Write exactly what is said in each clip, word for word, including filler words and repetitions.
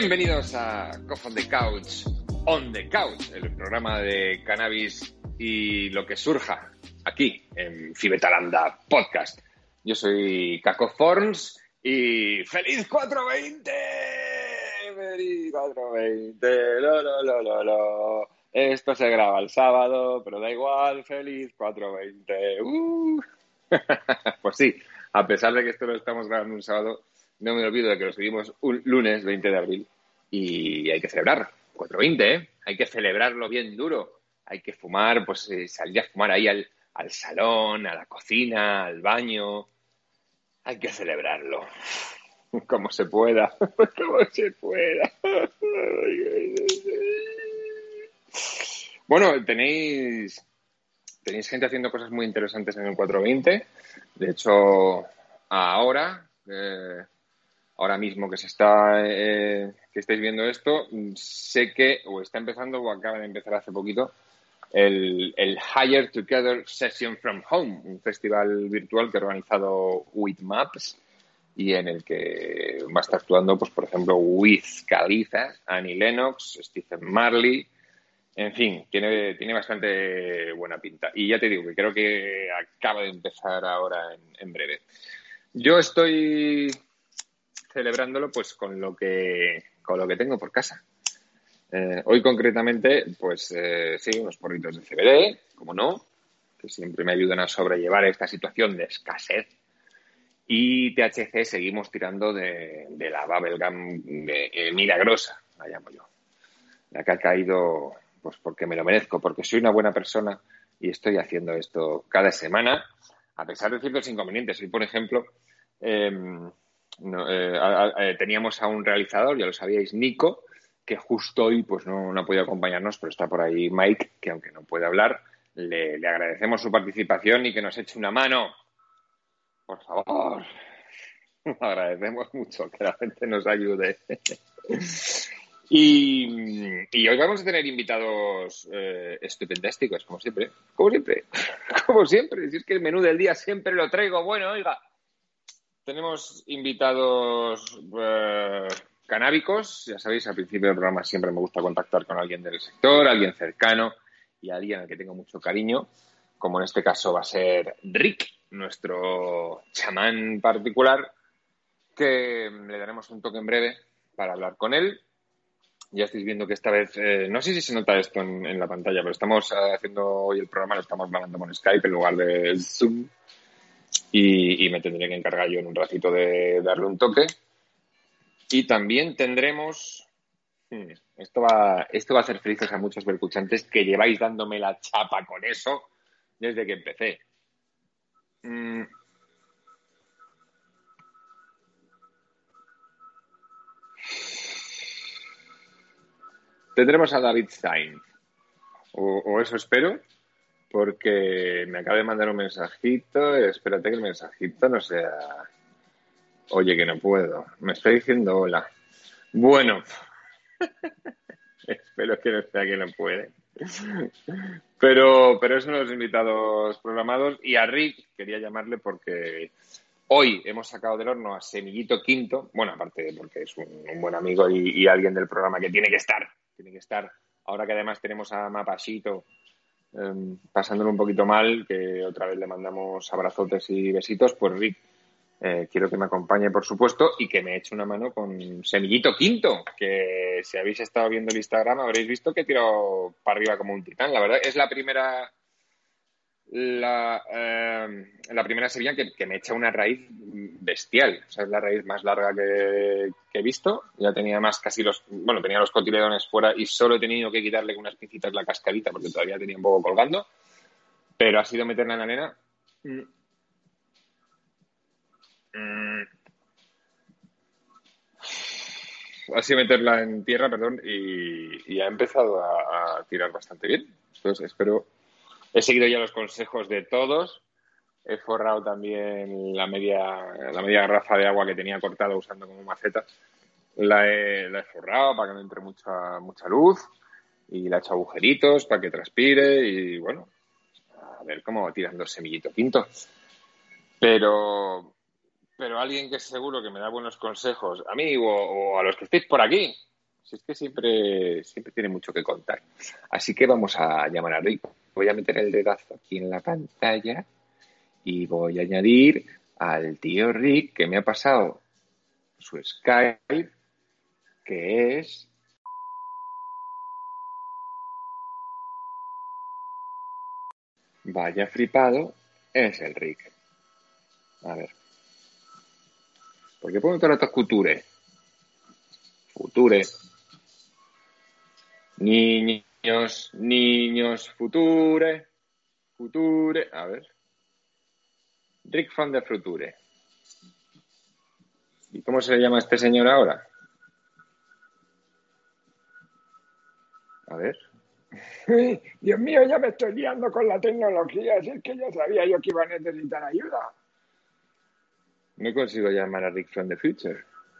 Bienvenidos a Cough on the Couch, On the Couch, el programa de cannabis y lo que surja aquí en Fibetalanda Podcast. Yo soy Caco Forns y ¡feliz cuatro veinte! ¡Feliz cuatro veinte! Lo, lo, lo, lo, lo. Esto se graba el sábado, pero da igual, ¡feliz cuatro veinte! ¡Uh! Pues sí, a pesar de que esto lo estamos grabando un sábado, no me olvido de que lo subimos un lunes veinte de abril y hay que celebrar. cuatro veinte, ¿eh? Hay que celebrarlo bien duro. Hay que fumar, pues eh, salir a fumar ahí al, al salón, a la cocina, al baño. Hay que celebrarlo. Como se pueda. Como se pueda. Bueno, tenéis... Tenéis gente haciendo cosas muy interesantes en el cuatro veinte. De hecho, ahora, eh, ahora mismo que se está, eh, que estáis viendo esto, sé que o está empezando o acaba de empezar hace poquito el, el Higher Together Session from Home, un festival virtual que ha organizado With Maps y en el que va a estar actuando, pues por ejemplo, Wiz Khalifa, Annie Lennox, Stephen Marley. En fin, tiene, tiene bastante buena pinta. Y ya te digo que creo que acaba de empezar ahora en, en breve. Yo estoy celebrándolo pues con lo que con lo que tengo por casa. Eh, hoy concretamente, pues eh, sí, unos porritos de C B D, como no, que siempre me ayudan a sobrellevar esta situación de escasez. Y T H C seguimos tirando de, de la bubblegum de, eh, milagrosa, la llamo yo. La que ha caído... Pues porque me lo merezco, porque soy una buena persona y estoy haciendo esto cada semana, a pesar de ciertos inconvenientes. Hoy, por ejemplo, eh, no, eh, a, a, teníamos a un realizador, ya lo sabíais, Nico, que justo hoy pues no, no ha podido acompañarnos, pero está por ahí Mike, que aunque no puede hablar, le, le agradecemos su participación y que nos eche una mano. Por favor, lo agradecemos mucho, que la gente nos ayude. Y, y hoy vamos a tener invitados eh, estupendásticos, como siempre. Como siempre. Como siempre. Si es que el menú del día siempre lo traigo. Bueno, oiga. Tenemos invitados eh, canábicos. Ya sabéis, al principio del programa siempre me gusta contactar con alguien del sector, alguien cercano y alguien al que tengo mucho cariño. Como en este caso va a ser Rick, nuestro chamán particular, que le daremos un toque en breve para hablar con él. Ya estáis viendo que esta vez, eh, no sé si se nota esto en, en la pantalla, pero estamos eh, haciendo hoy el programa, lo estamos grabando con Skype en lugar de Zoom y, y me tendré que encargar yo en un ratito de darle un toque. Y también tendremos, hmm, esto va, esto va a hacer felices a muchos escuchantes que lleváis dándome la chapa con eso desde que empecé. Mm. Tendremos a David Sainz, o, o eso espero, porque me acaba de mandar un mensajito. Espérate que el mensajito no sea... Oye, que no puedo. Me está diciendo hola. Bueno, espero que no sea que no puede. Pero, pero es uno de los invitados programados. Y a Rick quería llamarle porque hoy hemos sacado del horno a Semillito Quinto. Bueno, aparte porque es un, un buen amigo y, y alguien del programa que tiene que estar. Tiene que estar. Ahora que además tenemos a Mapachito eh, pasándolo un poquito mal, que otra vez le mandamos abrazotes y besitos, pues Rick, eh, quiero que me acompañe, por supuesto, y que me eche una mano con Semillito Quinto, que si habéis estado viendo el Instagram habréis visto que tiro para arriba como un titán. La verdad, es la primera la, eh, la primera sevilla que, que me echa una raíz bestial. O sea, es la raíz más larga que, que he visto. Ya tenía más casi los... Bueno, tenía los cotiledones fuera y solo he tenido que quitarle con unas pincitas la cascarita porque todavía tenía un poco colgando. Pero ha sido meterla en la arena. Mm. Mm. Ha sido meterla en tierra, perdón, y, y ha empezado a, a tirar bastante bien. Entonces, espero... He seguido ya los consejos de todos. He forrado también la media, la media garrafa de agua que tenía cortada usando como maceta. La he, la he forrado para que no entre mucha, mucha luz y la he hecho agujeritos para que transpire y, bueno, a ver cómo va tirando Semillito Quinto. Pero, pero alguien que seguro que me da buenos consejos, a mí o, o a los que estéis por aquí, Si es que siempre, siempre tiene mucho que contar. Así que vamos a llamar a Rick. Voy a meter el dedazo aquí en la pantalla y voy a añadir al tío Rick, que me ha pasado su Skype, que es... Vaya flipado, es el Rick. A ver. ¿Por qué pongo todo el rato Future? Future. Niños, niños, Future. Future. A ver. Rick from the Future. ¿Y cómo se le llama a este señor ahora? A ver. Dios mío, ya me estoy liando con la tecnología. Si es que ya sabía yo que iba a necesitar ayuda. No consigo llamar a Rick from the Future.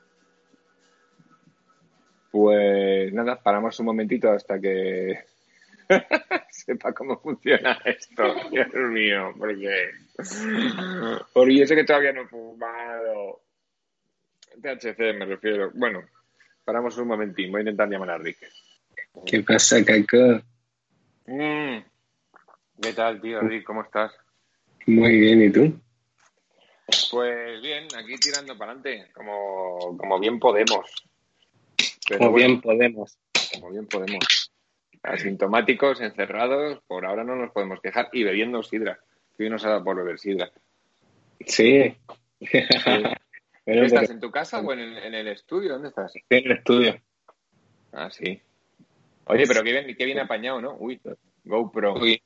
Pues nada, paramos un momentito hasta que sepa cómo funciona esto. Dios mío, porque... Porque yo sé que todavía no he fumado. T H C me refiero. Bueno, paramos un momentín. Voy a intentar llamar a Rick. ¿Qué pasa, Caco? Mm. ¿Qué tal, tío Rick? ¿Cómo estás? Muy bien, ¿y tú? Pues bien, aquí tirando para adelante, como, como bien podemos. Pero Como bueno, bien podemos. como bien podemos. Asintomáticos, encerrados, por ahora no nos podemos quejar y bebiendo sidra. Que hoy nos ha dado por beber sidra. Sí. Sí. Bueno, ¿Qué estás, pero en tu casa o en el, en el estudio? ¿Dónde estás? estoy en el estudio. Ah, sí. Oye, pero qué bien, qué bien apañado, ¿no? Uy, GoPro. Uy,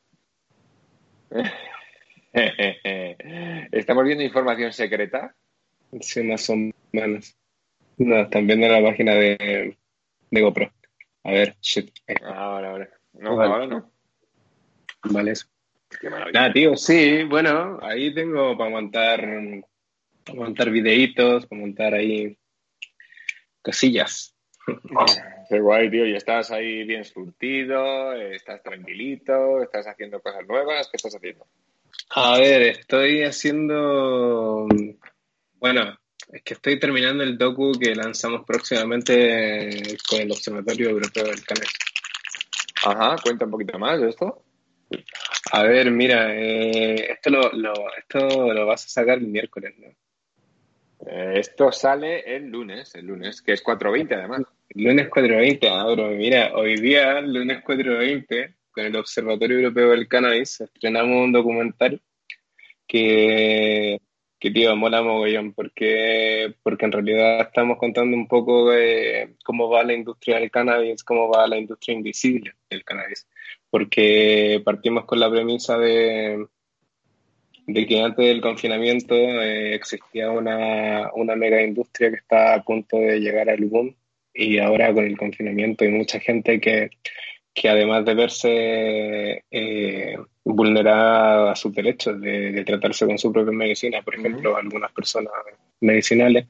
¿Estamos viendo información secreta? sí, más o menos. No, están viendo la página de, de GoPro. A ver, shit. Ahí está. Ahora, ahora. No, Vale, ahora no. vale eso. Qué maravilla. Nada, tío, sí, bueno, ahí tengo para montar, para montar videitos, para montar ahí cosillas. Qué guay, tío. Y estás ahí bien surtido, estás tranquilito, estás haciendo cosas nuevas. ¿Qué estás haciendo? A ver, estoy haciendo, bueno, es que estoy terminando el docu que lanzamos próximamente con el Observatorio Europeo del Cannabis. Ajá, cuenta un poquito más de esto. A ver, mira, eh, esto lo, lo, esto lo vas a sacar el miércoles, ¿no? Eh, esto sale el lunes, el lunes, que es cuatro veinte además. El lunes cuatro veinte, ah, bro, mira, hoy día, lunes cuatro veinte, con el Observatorio Europeo del Cannabis, estrenamos un documental que, que tío, mola mogollón, porque, porque en realidad estamos contando un poco de cómo va la industria del cannabis, cómo va la industria invisible del cannabis, porque partimos con la premisa de, de que antes del confinamiento eh, existía una, una mega industria que está a punto de llegar al boom, y ahora con el confinamiento hay mucha gente que que además de verse eh, vulnerada a sus derechos de, de tratarse con su propia medicina, por ejemplo, Uh-huh. algunas personas medicinales,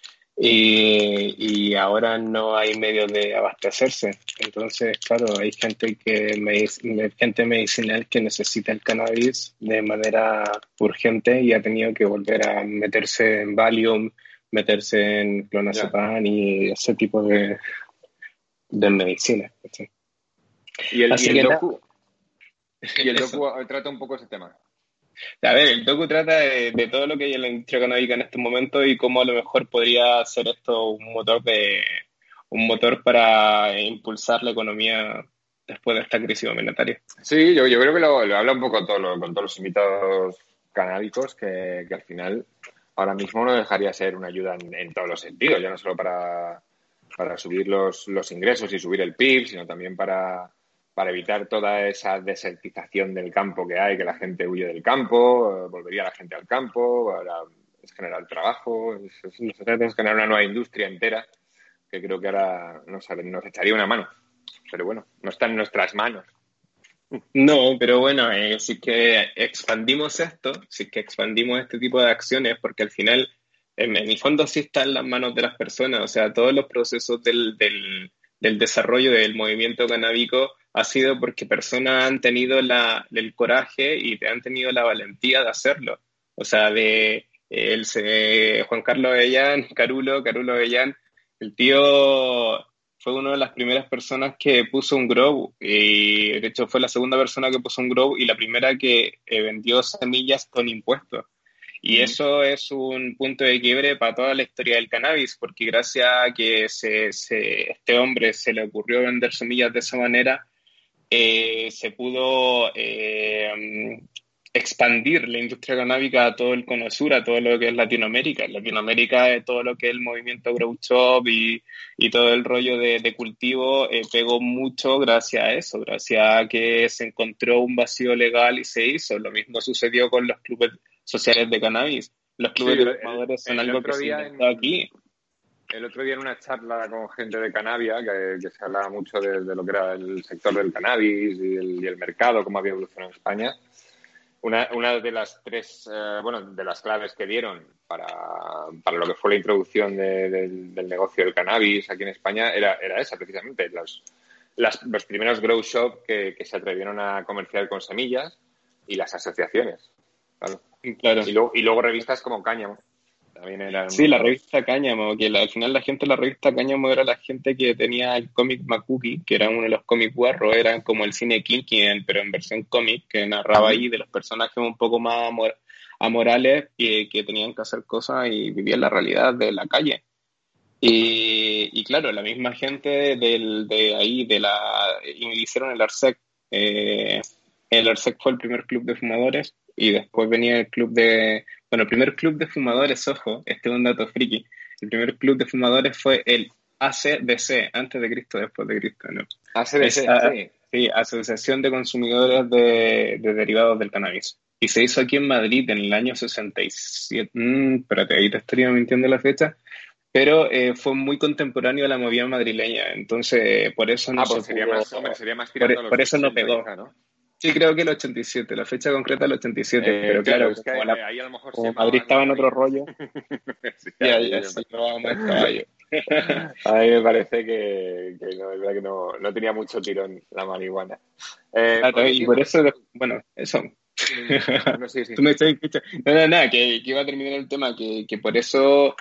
y, y ahora no hay medios de abastecerse. Entonces, claro, hay gente que medic- gente medicinal que necesita el cannabis de manera urgente y ha tenido que volver a meterse en Valium, meterse en Ya. clonazepam y ese tipo de, de medicinas. ¿Sí? Y el, y Así el que nada, docu, y el eso. docu trata un poco ese tema. A ver, el docu trata de, de todo lo que hay en la industria canábica en este momento y cómo a lo mejor podría ser esto un motor de un motor para impulsar la economía después de esta crisis monetaria. Sí, yo, yo creo que lo, lo habla un poco todo lo- con todos los invitados canábicos, que, que al final ahora mismo no dejaría ser una ayuda en, en todos los sentidos, ya no solo para, para subir los, los ingresos y subir el P I B, sino también para, para evitar toda esa desertización del campo que hay, que la gente huye del campo, eh, volvería la gente al campo, ahora es generar trabajo, es, es, es generar una nueva industria entera, que creo que ahora nos, nos echaría una mano. Pero bueno, no está en nuestras manos. No, pero bueno, eh, si es que expandimos esto, si es que expandimos este tipo de acciones, porque al final, en, en el fondo sí está en las manos de las personas, o sea, todos los procesos del, del, del desarrollo del movimiento canábico ha sido porque personas han tenido la, el coraje y han tenido la valentía de hacerlo. O sea, de eh, el, eh, Juan Carlos Avellán, Carulo, Carulo Avellán, el tío fue una de las primeras personas que puso un grow, y de hecho fue la segunda persona que puso un grow y la primera que eh, vendió semillas con impuestos. Y Mm. eso es un punto de quiebre para toda la historia del cannabis, porque gracias a que se, se, este hombre se le ocurrió vender semillas de esa manera, eh, se pudo eh, expandir la industria canábica a todo el cono sur, a todo lo que es Latinoamérica. En Latinoamérica, eh, todo lo que es el movimiento Grow Shop y, y todo el rollo de, de cultivo eh, pegó mucho gracias a eso, gracias a que se encontró un vacío legal y se hizo. Lo mismo sucedió con los clubes sociales de cannabis. Los Sí, clubes el, de el, fumadores son el algo que otro se día inventó en, aquí. el otro día en una charla con gente de Cannabia, que, que se hablaba mucho de, de lo que era el sector del cannabis y el, y el mercado, cómo había evolucionado en España. Una, una de las tres, eh, bueno, de las claves que dieron para, para lo que fue la introducción de, de, del negocio del cannabis aquí en España era, era esa, precisamente. Los, las, los primeros grow shop que, que se atrevieron a comerciar con semillas y las asociaciones. Claro. Claro. Y, luego, y luego revistas como Cáñamo. También eran Sí, la unos... revista Cáñamo, que la- al final la gente de la revista Cáñamo era la gente que tenía el cómic Makuki, que era uno de los cómics guarros, era como el cine kinky, en- pero en versión cómic, que narraba ahí de los personajes un poco más amor- amorales y que tenían que hacer cosas y vivían la realidad de la calle. Y, y claro, la misma gente del, de ahí, de la, y hicieron el ARSEC. Eh, el ARSEC fue el primer club de fumadores y después venía el club de, bueno, el primer club de fumadores, ojo, este es un dato friki. El primer club de fumadores fue el A C D C, antes de Cristo, después de Cristo, ¿no? Es, A C D C, ah, sí. sí, Asociación de Consumidores de, de Derivados del Cannabis. Y se hizo aquí en Madrid en el año sesenta y siete. Mm, espérate, ahí te estaría mintiendo la fecha. Pero eh, fue muy contemporáneo a la movida madrileña, entonces por eso no Ah, se pues sería pudo, más, hombre, sería más tirando a por, los por eso no ochenta pegó. quizá, ¿no? Sí, creo que el ochenta y siete, la fecha concreta es el ochenta y siete, Eh, pero claro, claro, es que como, la, ahí a lo mejor se como Madrid llamaban estaba en otro Madrid. rollo, Sí, ya, ahí ya, me sí, parece. no vamos a caballo. A mí me parece que, que no, es verdad que no, no tenía mucho tirón la marihuana. Eh, Claro, oye, y tío, por pero... eso, bueno, eso. Dime, dime. No, no, sí, sí. Tú me estás escuchando. No, no, nada, que, que iba a terminar el tema, que, que por eso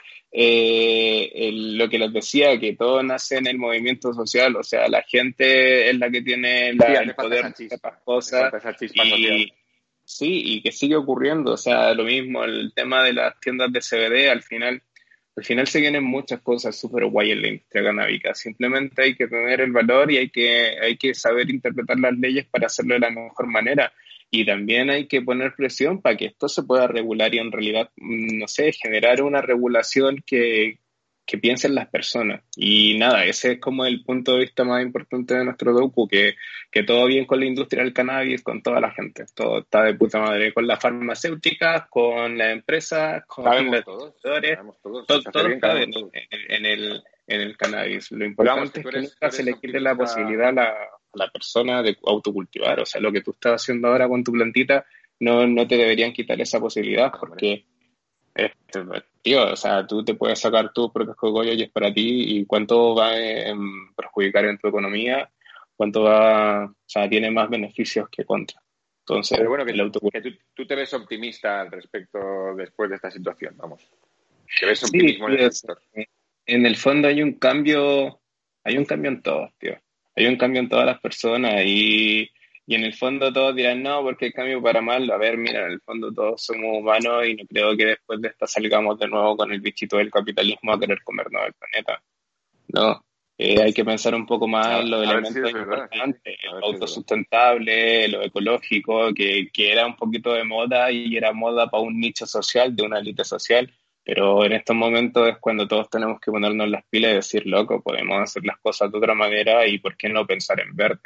eh, el- lo que les decía, que todo nace en el movimiento social, o sea, la gente es la que tiene Sí, la- hace el falta poder esa de hacer las chispa. Hace cosas falta esa chispa social. y sí, y que sigue ocurriendo, o sea, lo mismo, el tema de las tiendas de C B D, al final, al final se vienen muchas cosas súper guay en la industria canábica, simplemente hay que tener el valor y hay que, hay que saber interpretar las leyes para hacerlo de la mejor manera. Y también hay que poner presión para que esto se pueda regular y en realidad, mm, no sé, generar una regulación que, que piense en las personas. Y nada, ese es como el punto de vista más importante de nuestro docu, que, que todo bien con la industria del cannabis, con toda la gente. Todo está de puta madre, con las farmacéuticas, con las empresas, con Cabemos los todos, distribuidores. cabemos todos. Si To- se hace todos bien, cabemos caben todos. en, en el, en el cannabis. Lo Pero vamos, que importante es tú que eres, tú nunca se eres le quite la optimista. posibilidad a la, a la persona de autocultivar. O sea, lo que tú estás haciendo ahora con tu plantita, no, no te deberían quitar esa posibilidad, No, hombre. porque, este, tío, o sea, tú te puedes sacar tus propios cogollos y es para ti, y cuánto va a em, perjudicar en tu economía, cuánto va, o sea, tiene más beneficios que contra. Pero Entonces, bueno, que, el autocultivo. que tú, tú te ves optimista al respecto después de esta situación, vamos. Que ves Sí, optimismo en el sí, es- sector. en el fondo hay un cambio, hay un cambio en todos, tío. Hay un cambio en todas las personas y, y en el fondo todos dirán, no, porque el cambio para mal. A ver, mira, en el fondo todos somos humanos y no creo que después de esta salgamos de nuevo con el bichito del capitalismo a querer comernos el planeta. No, Eh, hay que pensar un poco más en A, los a ver si es elementos verdad, sí, sí. importantes, A lo ver si es verdad. autosustentable, lo ecológico, que, que era un poquito de moda y era moda para un nicho social, de una élite social, pero en estos momentos es cuando todos tenemos que ponernos las pilas y decir, loco, podemos hacer las cosas de otra manera y por qué no pensar en verde.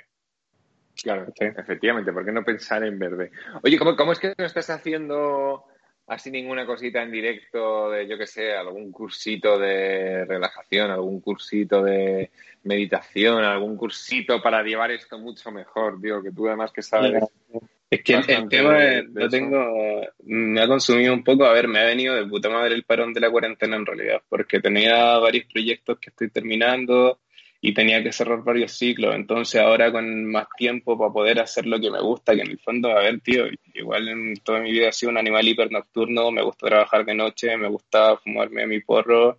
Claro, ¿Sí? efectivamente, ¿por qué no pensar en verde? Oye, ¿cómo, cómo es que no estás haciendo así ninguna cosita en directo de, yo qué sé, algún cursito de relajación, algún cursito de meditación, algún cursito para llevar esto mucho mejor, tío? Que tú además que Ya. sabes Es que el, el bastante tema de, es- de lo eso. tengo, me ha consumido un poco, a ver, me ha venido de puta madre el parón de la cuarentena en realidad, porque tenía varios proyectos que estoy terminando y tenía que cerrar varios ciclos, entonces ahora con más tiempo para poder hacer lo que me gusta, que en el fondo, a ver, tío, igual en toda mi vida he sido un animal hiper nocturno, me gusta trabajar de noche, me gusta fumarme mi porro,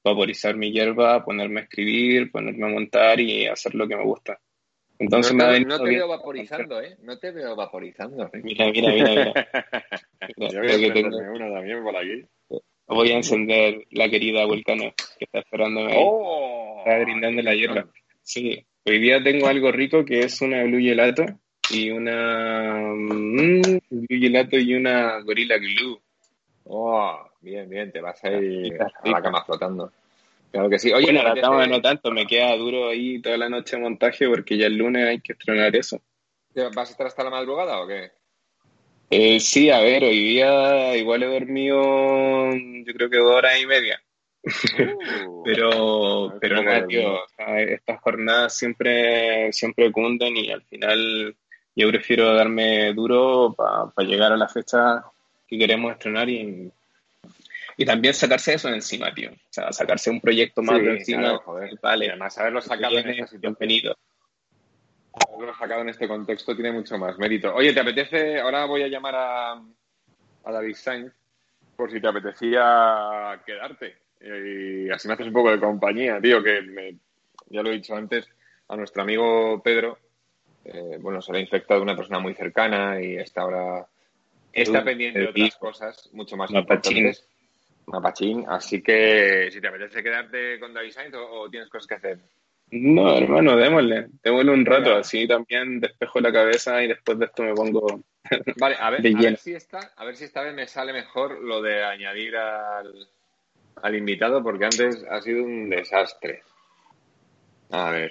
vaporizar mi hierba, ponerme a escribir, ponerme a montar y hacer lo que me gusta. Entonces no me ha te, venido no te bien. veo vaporizando, ¿eh? No te veo vaporizando. ¿eh? Mira, mira, mira, mira. Mira, Yo voy a lo que tengo. prenderme uno también por aquí. Voy a encender la querida Vulcano, que está esperándome ahí. ¡Oh! Está brindando la hierba. Sí, hoy día tengo algo rico que es una Blue Gelato y una mm, Blue Gelato y una Gorilla Glue. ¡Oh! Bien, bien, te vas a ir Rica, a la rica. cama flotando. Claro que sí. Oye, Bueno, ¿te la cama apetece, no tanto, me queda duro ahí toda la noche de montaje porque ya el lunes hay que estrenar eso. vas a estar hasta la madrugada o qué? Eh, sí, a ver, hoy día igual he dormido yo creo que dos horas y media. Uh, Pero, es pero poco nada, tío, dormido. o sea, estas jornadas siempre, siempre cunden y al final yo prefiero darme duro para llegar a la fecha que queremos estrenar y, y también sacarse eso de encima, tío. O sea, sacarse un proyecto más de Sí, encima, claro, joder. y Y vale, además haberlo el que sacado en esta viene, situación, bienvenido. haberlo sacado en este contexto tiene mucho más mérito. Oye, ¿te apetece? Ahora voy a llamar a, a David Sainz por si te apetecía quedarte. Y así me haces un poco de compañía, tío, que me, ya lo he dicho antes, a nuestro amigo Pedro, eh, bueno, se le ha infectado una persona muy cercana y está ahora, está Uh, pendiente te de otras digo, cosas mucho más Mapachín. importantes. Mapachín, así que si te apetece quedarte con David Sainz o, o tienes cosas que hacer. No, hermano, démosle, démosle un rato, Venga, así también despejo la cabeza y después de esto me pongo vale, a ver, de a ver lleno. si esta, a ver si esta vez me sale mejor lo de añadir al, al invitado, porque antes ha sido un desastre. A ver,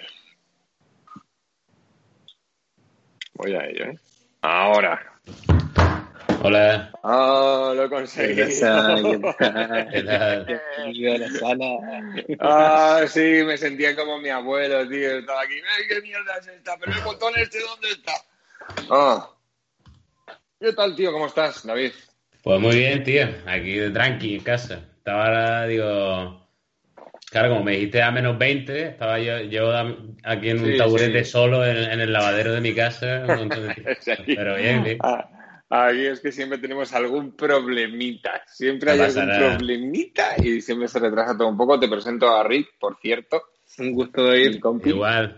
voy a ello, ¿eh? Ahora. Hola, ¡Ah, lo he ¿Qué conseguido! pasa? ¿Qué tal? ¿qué tal? Bienvenido a la sala. Ah, sí, me sentía como mi abuelo, tío. Estaba aquí, ¡ay, qué mierda es esta! Pero el botón este, ¿dónde está? Ah, ¿qué tal, tío? ¿Cómo estás, David? Pues muy bien, tío. Aquí de tranqui, en casa. Estaba ahora, digo... Claro, como me dijiste a menos veinte, estaba yo, yo aquí en un Sí, taburete sí. solo en, en el lavadero de mi casa un montón de tiempo. Es aquí, Pero bien, bien. ah, aquí es que siempre tenemos algún problemita. Siempre No hay pasa algún nada. problemita y siempre se retrasa todo un poco. Te presento a Rick, por cierto, Un gusto, mi David. compi. Igual.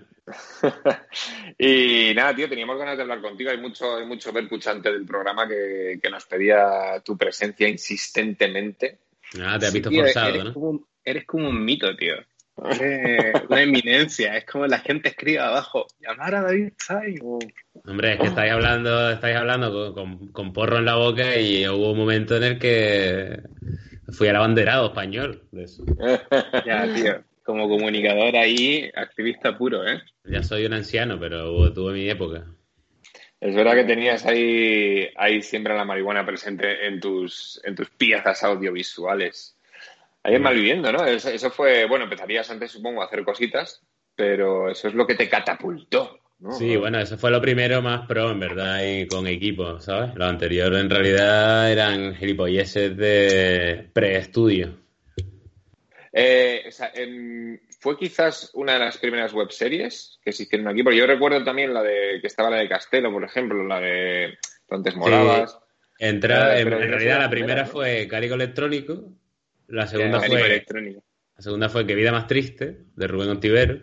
Y nada, tío, teníamos ganas de hablar contigo. Hay mucho, hay mucho percuchante del programa que, que nos pedía tu presencia insistentemente. Nada, te has Sí, visto tío, forzado, eres ¿no? como, un- eres como un mito, tío. Eres una eminencia. Es como la gente escribe abajo, llamar a David Sainz. Hombre, es que estáis hablando, estáis hablando con, con- con porro en la boca y hubo un momento en el que fui al abanderado español de eso. Ya, tío. Como comunicador ahí, activista puro, ¿eh? Ya soy un anciano, pero hubo- tuve mi época. Es verdad que tenías ahí, ahí siempre la marihuana presente en tus, en tus piezas audiovisuales. Ahí en Malviviendo, ¿no? Eso, eso fue, bueno, empezarías antes, supongo, a hacer cositas, pero eso es lo que te catapultó, Sí, ¿no? bueno, eso fue lo primero más pro, en verdad, y con equipo, ¿sabes? Lo anterior en realidad eran gilipolleces de preestudio. Eh, o sea, em, fue quizás una de las primeras webseries que se hicieron aquí, porque yo recuerdo también la de, que estaba la de Castelo, por ejemplo, la de Tú antes Sí, molabas, entra, eh, en, pero en debió ser realidad la la primera, primera ¿no? fue Cálico Electrónico, la segunda Ya, Pánico sí. fue, electrónico. la segunda fue Qué vida más triste, de Rubén Ontivero,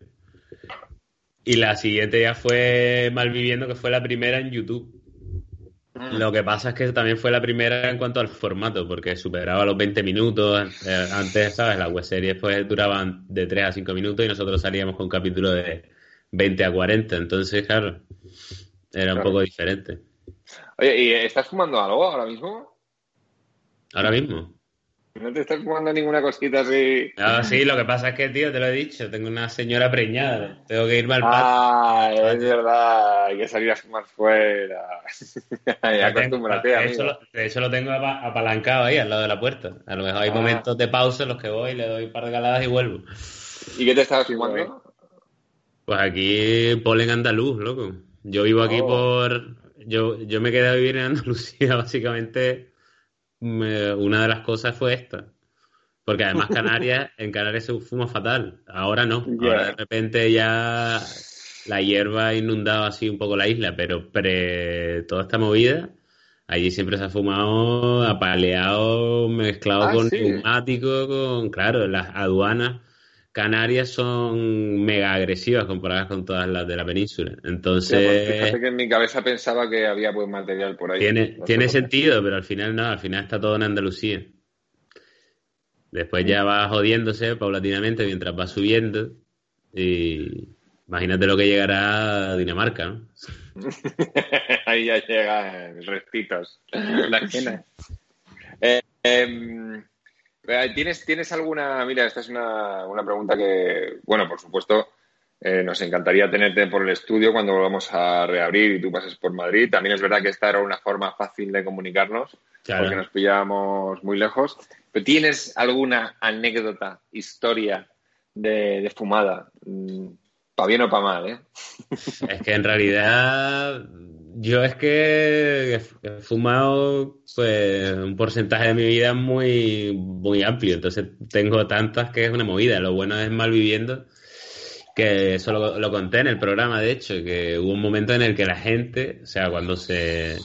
y la siguiente ya fue Malviviendo, que fue la primera en YouTube. Mm. Lo que pasa es que también fue la primera en cuanto al formato, porque superaba los veinte minutos. Eh, antes, ¿sabes? Las webseries pues duraban de tres a cinco minutos y nosotros salíamos con capítulos de veinte a cuarenta. Entonces, claro, era un Claro. poco diferente. Oye, ¿y estás fumando algo ahora mismo? Ahora mismo. ¿No te estás fumando ninguna cosquita así? Ah, sí, lo que pasa es que, tío, te lo he dicho, tengo una señora preñada, tengo que irme al patio. Ah, Al es patio. verdad, hay que salir a fumar fuera. Lo tengo, Acostúmbrate, de hecho, amigo. lo, de hecho, lo tengo apa- apalancado ahí, al lado de la puerta. A lo mejor hay Ah, momentos de pausa en los que voy, le doy un par de galadas y vuelvo. ¿y qué te estabas Qué guay. fumando? Pues aquí polen andaluz, loco. Yo vivo aquí Oh, por... Yo, yo me quedé a vivir en Andalucía, básicamente. me- una de las cosas fue esta. Porque además Canarias, en Canarias se fuma fatal. Ahora no. Ahora de Ya. repente ya la hierba ha inundado así un poco la isla, pero pre toda esta movida, Allí siempre se ha fumado apaleado, mezclado Ah, con sí. neumático, con... Claro, las aduanas canarias son mega agresivas comparadas con todas las de la península. Hostia, pues Entonces, fíjate que en mi cabeza pensaba que había buen material por ahí. tiene, No sé tiene por qué. sentido, pero al final no, al final está todo en Andalucía. Después ya va jodiéndose paulatinamente mientras va subiendo y imagínate lo que llegará a Dinamarca, ¿no? Ahí ya llegan restitos. La quena. Eh, em, eh, ¿tienes, ¿Tienes alguna... Mira, esta es una, una pregunta que, bueno, por supuesto, eh, nos encantaría tenerte por el estudio cuando volvamos a reabrir y tú pases por Madrid. También es verdad que esta era una forma fácil de comunicarnos porque Claro. nos pillábamos muy lejos. ¿Pero tienes alguna anécdota, historia de, de fumada? Para bien o para mal, ¿eh? Es que en realidad yo es que he fumado pues un porcentaje de mi vida muy, muy amplio, entonces tengo tantas que es una movida. Lo bueno es Malviviendo, que eso lo, lo conté en el programa, de hecho, que hubo un momento en el que la gente, o sea, cuando se,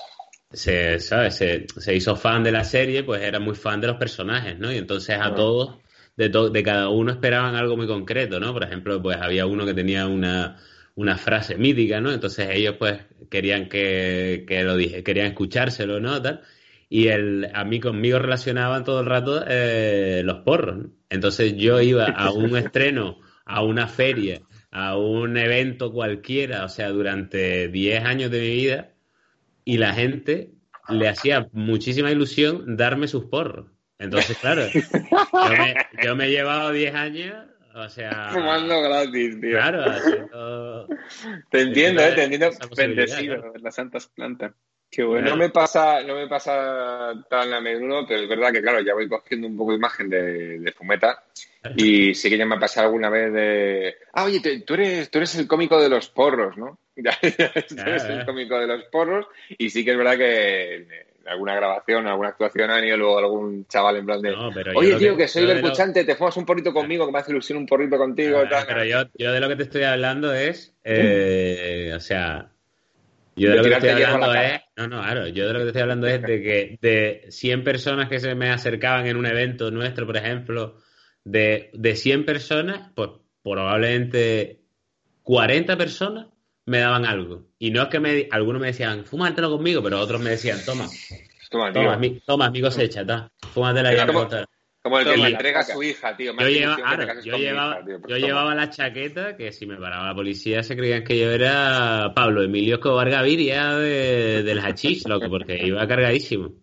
se, ¿sabes? Se, se hizo fan de la serie, pues era muy fan de los personajes, ¿no? Y entonces a Ah, todos, de, to- de cada uno esperaban algo muy concreto, ¿no? Por ejemplo, pues había uno que tenía una, una frase mítica, ¿no? Entonces ellos pues querían que, que lo dije, querían escuchárselo, ¿no? Tal. Y el, a mí conmigo relacionaban todo el rato eh, los porros, ¿no? Entonces yo iba a un estreno, a una feria, a un evento cualquiera, o sea, durante diez años de mi vida y la gente le hacía muchísima ilusión darme sus porros. Entonces, claro, yo me, yo me he llevado diez años, o sea, fumando gratis, tío. claro, haciendo, Te entiendo, teniendo ¿eh? Te entiendo esa posibilidad, Bendecido, claro. las santas plantas. Qué No bueno. Claro. me pasa, no me pasa tan a menudo, pero es verdad que, claro, ya voy cogiendo un poco de imagen de, de fumeta y sí que ya me ha pasado alguna vez de... Ah, oye, te- tú eres, tú eres el cómico de los porros, ¿no? Ya, ya, tú eres el Claro. cómico de los porros y sí que es verdad que en alguna grabación, en alguna actuación ha venido luego algún chaval en plan de No, pero yo oye, lo tío, que, que soy yo de lo, bercuchante, te fumas un porrito conmigo, que me hace ilusión un porrito contigo, ah, tal. pero yo, yo de lo que te estoy hablando es, eh, o sea, yo de De lo que te estoy tirarte hierro a la hablando es, cara. no, no, claro, yo de lo que te estoy hablando es de que de cien personas que se me acercaban en un evento nuestro, por ejemplo, de, de cien personas, pues probablemente cuarenta personas me daban algo. Y no es que me, algunos me decían, fúmatelo conmigo, pero otros me decían, toma, Toma, toma, tío. es mi, toma, es mi cosecha, ta, fúmatela Es ya, como, tal. como el que Toma le Y la entrega a placa. su hija, tío. Me yo hace llevaba, ilusión que te claro, cases yo con mi hija, llevaba, tío. Pues yo toma. llevaba la chaqueta que si me paraba la policía se creían que yo era Pablo Emilio Escobar Gaviria de, del hachís, loco, porque iba cargadísimo.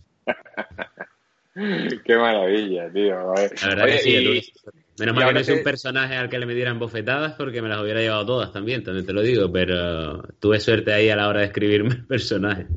Qué maravilla, tío. A ver. La verdad que Oye, sí, que tuve y, esa suerte. Menos y mal que no ahora hice un te... personaje al que le me dieran bofetadas porque me las hubiera llevado todas también, también te lo digo, pero tuve suerte ahí a la hora de escribirme el personaje.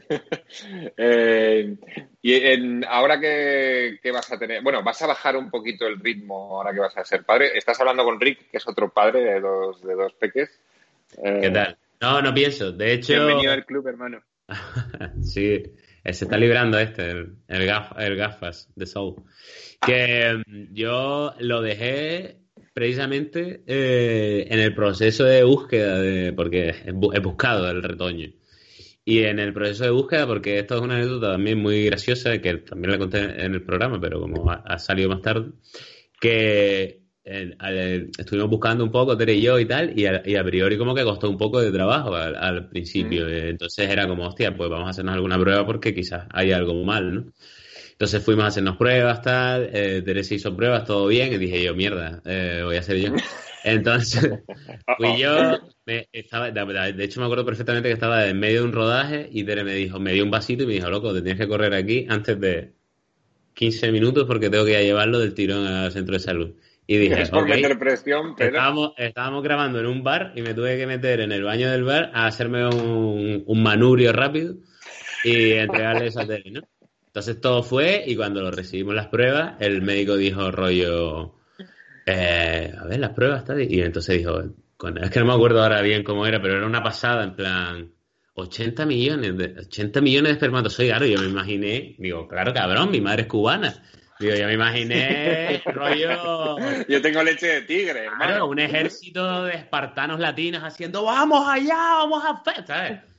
eh, y en, ahora que, que vas a tener... Bueno, vas a bajar un poquito el ritmo ahora que vas a ser padre. Estás hablando con Rick, que es otro padre de dos, de dos peques. ¿Qué Eh, tal? No, no pienso. De hecho, Bienvenido al club, hermano. sí, eh, se está librando este, el, el, gaf- el gafas de Soul. Que mm, yo lo dejé precisamente eh, en el proceso de búsqueda, de, porque he, bu- he buscado el retoño. Y en el proceso de búsqueda, porque esto es una anécdota también muy graciosa, que también la conté en el programa, pero como ha, ha salido más tarde, que eh, al- estuvimos buscando un poco, Tere y yo y tal, y a, y a priori como que costó un poco de trabajo al, al ¿Mm? principio. eh, Entonces era como, hostia, pues vamos a hacernos alguna prueba porque quizás hay algo mal, ¿no? Entonces fuimos a hacernos pruebas, tal, eh, Teresa hizo pruebas, todo bien, y dije yo, mierda, eh, voy a hacer yo. Entonces fui Uh-oh. yo, me, estaba, de, de hecho me acuerdo perfectamente que estaba en medio de un rodaje y Tere me dijo, me dio un vasito y me dijo, loco, te tienes que correr aquí antes de quince minutos porque tengo que ir a llevarlo del tirón al centro de salud. Y dije, Es por ok, meter presión, pero... estábamos, estábamos grabando en un bar y me tuve que meter en el baño del bar a hacerme un, un manubrio rápido y entregarle esa tele, ¿no? Entonces todo fue y cuando lo recibimos las pruebas, el médico dijo rollo, eh, a ver las pruebas, tal, y entonces dijo, con- es que no me acuerdo ahora bien cómo era, pero era una pasada, en plan, ochenta millones de, ochenta millones de espermatozoides, claro, yo me imaginé, digo, claro, cabrón, mi madre es cubana, digo, yo me imaginé rollo... Yo tengo leche de tigre, Claro, hermano. un ejército de espartanos latinos haciendo ¡vamos allá! ¡Vamos a fe-", ¿sabes?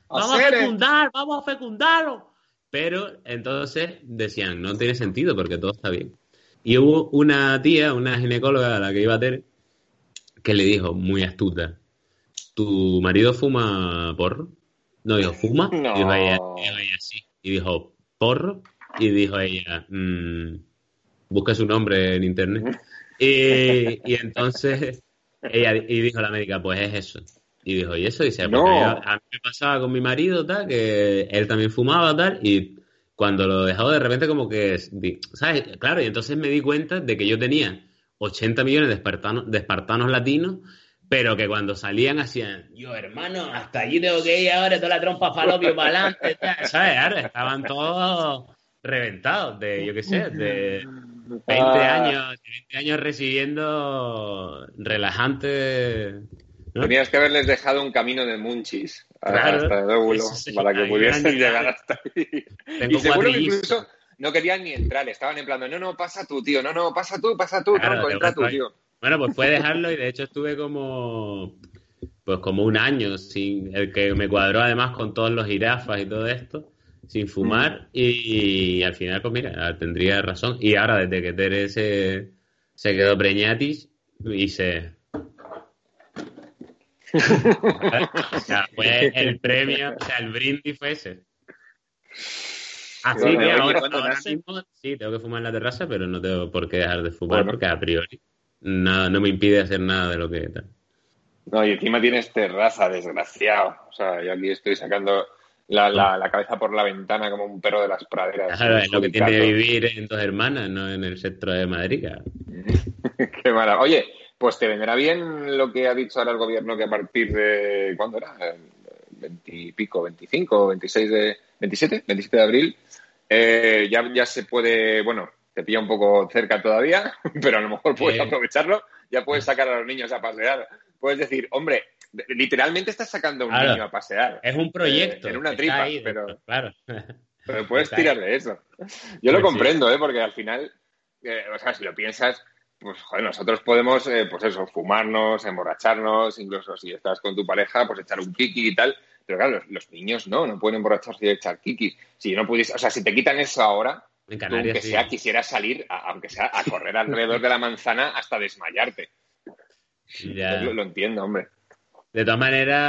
vamos a fecundar, vamos a fecundarlo. Pero entonces decían, no tiene sentido porque todo está bien. Y hubo una tía, una ginecóloga a la que iba a tener, que le dijo, muy astuta, ¿tu marido fuma porro? No, dijo, ¿fuma? No. Y dijo ella, dijo ella, sí. Y dijo, ¿porro? Y dijo ella, mmm, busca su nombre en internet. Y, y entonces ella y dijo la médica, pues es eso. Y dijo, ¿y eso? Y dice, pues No. a, mí, a mí me pasaba con mi marido, tal, que él también fumaba, tal, y cuando lo dejó de repente como que, ¿sabes? Claro, y entonces me di cuenta de que yo tenía ochenta millones de espartanos, de espartanos latinos, pero que cuando salían hacían, yo hermano, hasta allí tengo que ir ahora, toda la trompa falopio para adelante, ¿sabes? Ahora estaban todos reventados de, yo qué sé, de veinte años, veinte años recibiendo relajantes, ¿no? Tenías que haberles dejado un camino de munchis claro, hasta el óvulo sí, para que pudiesen llegar hasta ahí. Tengo Y seguro que cuatrillizos. incluso no querían ni entrar, estaban en plan, no, no, pasa tú, tío, no, no, pasa tú, pasa tú, Claro, tronco, te entra voy a- tú, tío. Bueno, pues fue dejarlo y de hecho estuve como pues como un año sin el que me cuadró además con todos los jirafas y todo esto sin fumar y, y al final pues mira, tendría razón y ahora desde que Tere se, se quedó preñatis hice o sea, fue el premio, o sea, el brindis fue ese. Así Bueno, que oye, ahora, ¿cuándo ahora nace? mismo sí, tengo que fumar en la terraza, pero no tengo por qué dejar de fumar Bueno. porque a priori nada, no me impide hacer nada de lo que tal. No, y encima tienes terraza, desgraciado. O sea, yo aquí estoy sacando la, la, la cabeza por la ventana como un perro de las praderas. Claro, es lo que tiene Suricato. vivir en Dos Hermanas, no en el centro de Madrid. Claro. Qué maravilla. Oye, pues te vendrá bien lo que ha dicho ahora el gobierno que a partir de, ¿cuándo era? veintipico, veinticinco, veintiséis de, veintisiete, veintisiete de abril, eh, ya, ya se puede, bueno, te pilla un poco cerca todavía, pero a lo mejor puedes Eh. aprovecharlo, ya puedes sacar a los niños a pasear. Puedes decir, hombre, literalmente estás sacando a un Claro, niño a pasear. es un proyecto. Eh, en una está tripa, ahí pero... dentro, claro. Pero puedes Está tirar ahí. de eso. Yo lo Pues sí. comprendo, ¿eh? Porque al final, eh, o sea, si lo piensas, pues joder, nosotros podemos, eh, pues eso, fumarnos, emborracharnos, incluso si estás con tu pareja, pues echar un kiki y tal. Pero claro, los, los niños no, no pueden emborracharse y echar kikis. Si no pudiese, o sea, si te quitan eso ahora, En tú, Canarias aunque sí. sea, quisieras salir, a- aunque sea, a correr alrededor de la manzana hasta desmayarte. Ya. Yo lo, lo entiendo, hombre. De todas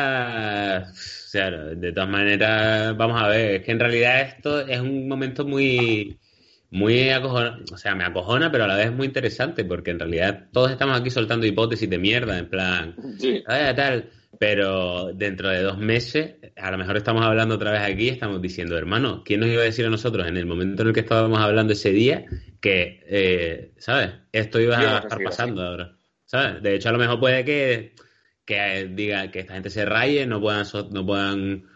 maneras, claro, de todas maneras, vamos a ver, es que en realidad esto es un momento muy, muy acojona, o sea, me acojona, pero a la vez es muy interesante, porque en realidad todos estamos aquí soltando hipótesis de mierda, en plan, Sí. "Ah, tal", pero dentro de dos meses, a lo mejor estamos hablando otra vez aquí y estamos diciendo, hermano, ¿quién nos iba a decir a nosotros en el momento en el que estábamos hablando ese día que, eh, ¿sabes? Esto iba Íbamos a a estar seguir así. pasando ahora, ¿sabes? De hecho, a lo mejor puede que que diga que esta gente se raye, no puedan so- no puedan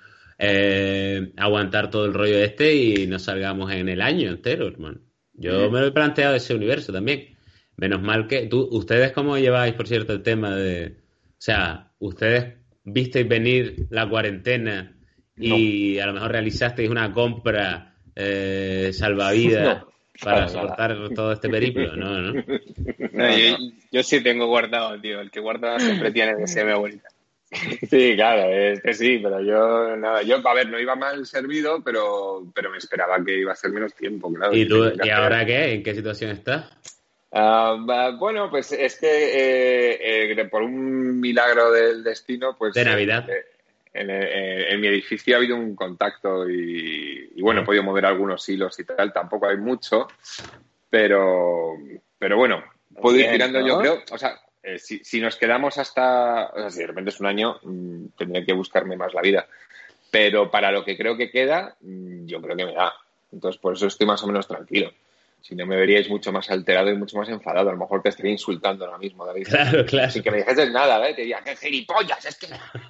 eh, aguantar todo el rollo este y no salgamos en el año entero, hermano. Yo Mm. me lo he planteado ese universo también. Menos mal que tú, ustedes cómo lleváis, por cierto, el tema de, o sea, ustedes visteis venir la cuarentena y a lo mejor realizasteis una compra eh, salvavidas No, para para nada. soportar todo este periplo, ¿no? ¿no? No, No, yo, no. yo sí tengo guardado, tío. El que guarda siempre tiene, decía mi abuelita. Sí, claro, este sí, pero yo nada, yo, a ver, no iba mal servido, pero, pero me esperaba que iba a ser menos tiempo, claro. ¿Y que tú, tenía que y hacer. ahora qué? ¿En qué situación estás? Ah, va- bueno, pues es que eh, eh, por un milagro del destino, pues De Navidad. eh, en, en- en mi edificio ha habido un contacto y, y bueno, he Oh. podido mover algunos hilos y tal, tampoco hay mucho, pero, pero bueno, puedo ir Bien, tirando, ¿no? yo creo, o sea, eh, si, si nos quedamos hasta, o sea, si de repente es un año, mm, tendré que buscarme más la vida, pero para lo que creo que queda, mm, yo creo que me da, entonces por eso estoy más o menos tranquilo. Si no, me veríais mucho más alterado y mucho más enfadado. A lo mejor te estaría insultando ahora mismo, David. Claro, claro. Sin que me dijeses nada, ¿eh? Te diría, ¡qué gilipollas! Es que...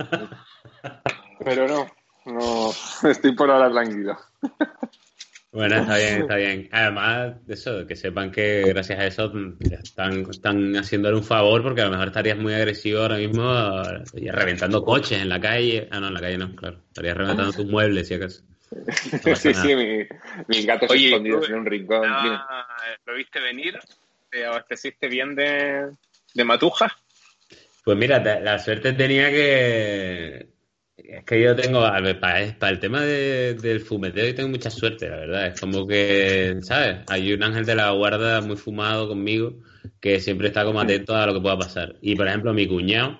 Pero no, no, estoy por ahora tranquilo. Bueno, está bien, está bien. Además, eso, que sepan que gracias a eso están, están haciéndole un favor porque a lo mejor estarías muy agresivo ahora mismo y reventando coches en la calle. Ah, no, en la calle no, claro. Estarías reventando tus muebles, si acaso. No pasa Sí, nada. sí, mi- mis gatos Oye, escondidos tú, en un rincón. Dime. ah, ¿lo viste venir? ¿Te abasteciste bien de, de matuja? Pues mira, te- la suerte tenía que, Es que yo tengo, a ver, para, para el tema de, del fumeteo yo tengo mucha suerte, la verdad. Es como que, ¿sabes? Hay un ángel de la guarda muy fumado conmigo que siempre está como atento a lo que pueda pasar. Y, por ejemplo, mi cuñado,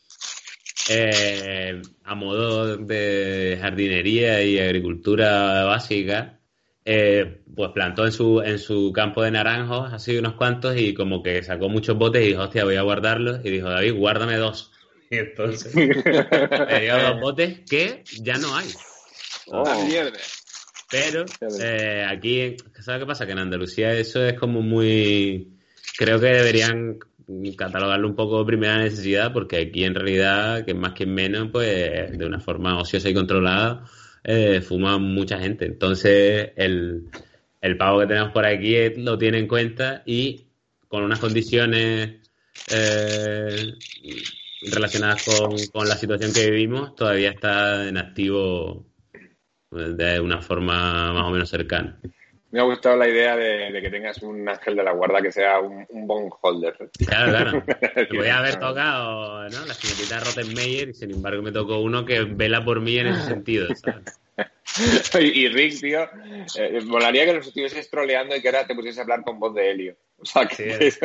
eh, a modo de jardinería y agricultura básica, eh, pues plantó en su, en su campo de naranjos así unos cuantos y como que sacó muchos botes y dijo, hostia, voy a guardarlos. Y dijo, David, guárdame dos. Y entonces me dio dos botes que ya no hay. ¡Oh, mierda! Pero eh, aquí, ¿sabes qué pasa? Que en Andalucía eso es como muy... Creo que deberían catalogarlo un poco de primera necesidad, porque aquí en realidad, que más que menos, pues de una forma ociosa y controlada, eh, fuma mucha gente. Entonces, el, el pavo que tenemos por aquí lo tiene en cuenta y con unas condiciones eh, relacionadas con, con la situación que vivimos, todavía está en activo de una forma más o menos cercana. Me ha gustado la idea de, de que tengas un ángel de la guarda que sea un, un bone holder. Claro, claro. Me podía haber tocado, ¿no?, la señorita Rottenmeier y sin embargo me tocó uno que vela por mí en ese sentido, ¿sabes? y, y Rick, tío, eh, molaría que nos estuvieses troleando y que ahora te pusieses a hablar con voz de Helio. O sea, que... Sí, que...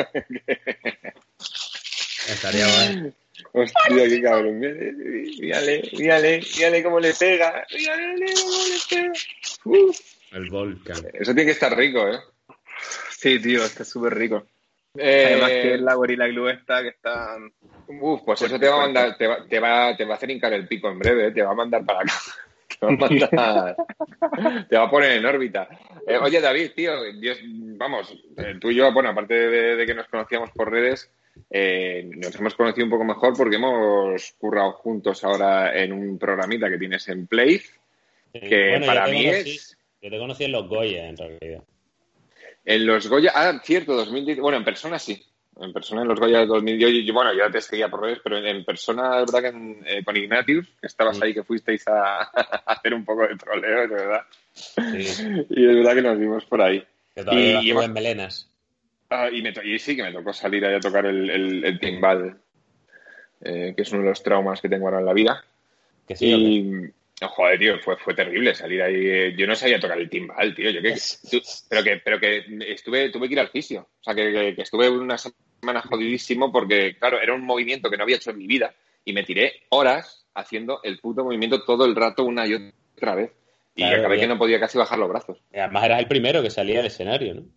estaría guay. Hostia, qué cabrón. Mírale, mírale, mírale cómo le pega. Mírale cómo le pega. Uf. El volcán. Eso tiene que estar rico, ¿eh? Sí, tío, está súper rico. Eh... Además que la Gorilla Glue esta que está... Uf, pues eso te va a mandar, te va, te va, te va a hacer hincar el pico en breve, ¿eh? Te va a mandar para acá. Te va a mandar... te va a poner en órbita. Eh, oye, David, tío, Dios, vamos, eh, tú y yo, bueno, aparte de, de que nos conocíamos por redes, eh, nos hemos conocido un poco mejor porque hemos currado juntos ahora en un programita que tienes en Play, que bueno, para yo mí conocí, es... Yo te conocí en los Goya, en realidad. En los Goya, ah, cierto, dos mil diez, bueno, en persona sí. En persona en los Goya de dos mil diez, yo, bueno, yo te seguía por redes, pero en, en persona, es verdad que en, eh, con Ignatius, que estabas Mm. ahí, que fuisteis a, a hacer un poco de troleo, es verdad. Sí. Y es verdad que nos vimos por ahí. Que todavía Y, ibas y, tú hemos- en melenas. ah, y, me to- y sí que me tocó salir ahí a tocar el, el, el timbal, eh, que es uno de los traumas que tengo ahora en la vida. Que sí, ¿o qué? Y, oh, joder, tío, fue, fue terrible salir ahí. eh, Yo no sabía tocar el timbal, tío. Yo que, tú- pero que, pero que estuve, tuve que ir al fisio. O sea, que, que- que estuve una semana jodidísimo porque, claro, era un movimiento que no había hecho en mi vida y me tiré horas haciendo el puto movimiento todo el rato una y otra vez. Y Claro, acabé bien. que no podía casi bajar los brazos. Y además eras el primero que salía del escenario, ¿no?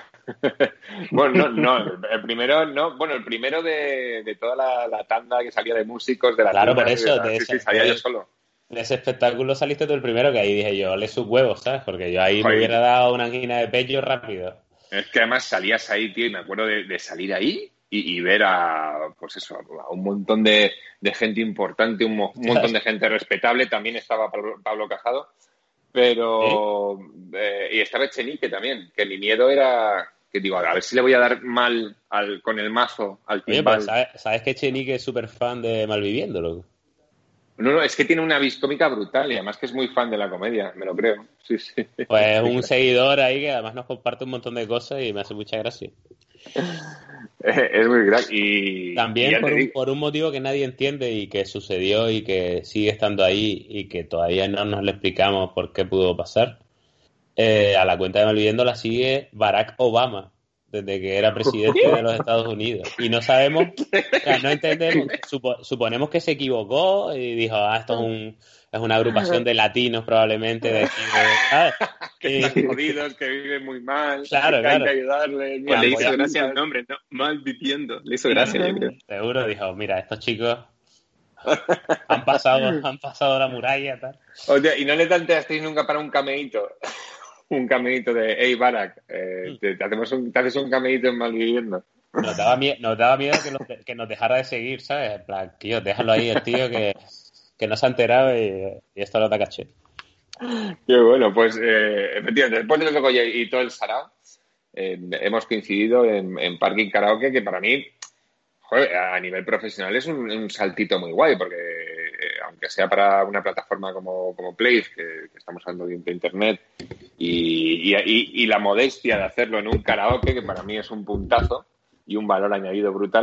Bueno, no, no, el primero, no, bueno, el primero de, de toda la, la tanda que salía de músicos, de la Claro, por tienda, eso, de, de sí, esa- sí, salía de- yo solo. De ese espectáculo saliste tú el primero, que ahí dije yo, le sus huevos, ¿sabes? Porque yo ahí Joder. me hubiera dado una angina de pecho rápido. Es que además salías ahí, tío, y me acuerdo de, de salir ahí y, y ver a, pues eso, a un montón de, de gente importante, un, mo- un montón de gente respetable. También estaba Pablo, Pablo Casado, pero... eh, y estaba Echenique también, que mi miedo era... Que digo, a ver si le voy a dar mal al, con el mazo al Oye, timbal. pues ¿sabes, sabes que Chenique es súper fan de Malviviendo, loco? No, no, es que tiene una vis cómica brutal y además que es muy fan de la comedia, me lo creo. Sí, sí. Pues un seguidor ahí que además nos comparte un montón de cosas y me hace mucha gracia. Es muy crack. Y, y También ya por te un, digo, por un motivo que nadie entiende y que sucedió y que sigue estando ahí y que todavía no nos lo explicamos por qué pudo pasar. Eh, a la cuenta de Malviviendo la sigue Barack Obama desde que era presidente de los Estados Unidos y no sabemos, o sea, no entendemos, supo- suponemos que se equivocó y dijo, ah, esto es un es una agrupación de latinos probablemente de aquí de- ¿sabes? que Y- están jodidos, que viven muy mal, Claro, que claro. hay que ayudarles. Pues le voy hizo a- gracia el nombre, ¿no? Malviviendo. Le hizo gracia, yo creo. seguro dijo, mira, estos chicos han pasado, han pasado la muralla, tal. Oye, ¿y no le tanteasteis nunca para un cameíto? Un cameíto de, hey, Barack, eh, te, te hacemos un, te haces un cameíto en Malviviendo. Nos daba, mie- nos daba miedo que, los de- que nos dejara de seguir, ¿sabes? En plan, tío, déjalo ahí, el tío que, que no se ha enterado y, y esto lo da caché. Qué bueno, pues eh, efectivamente, después de los Goya y todo el sarao, eh, hemos coincidido en, en Parking Karaoke, que para mí, joder, a nivel profesional es un, un saltito muy guay, porque eh, aunque sea para una plataforma como, como Play, que, que estamos hablando de, de Internet, y, y, y- y la modestia de hacerlo en un karaoke, que para mí es un puntazo y un valor añadido brutal,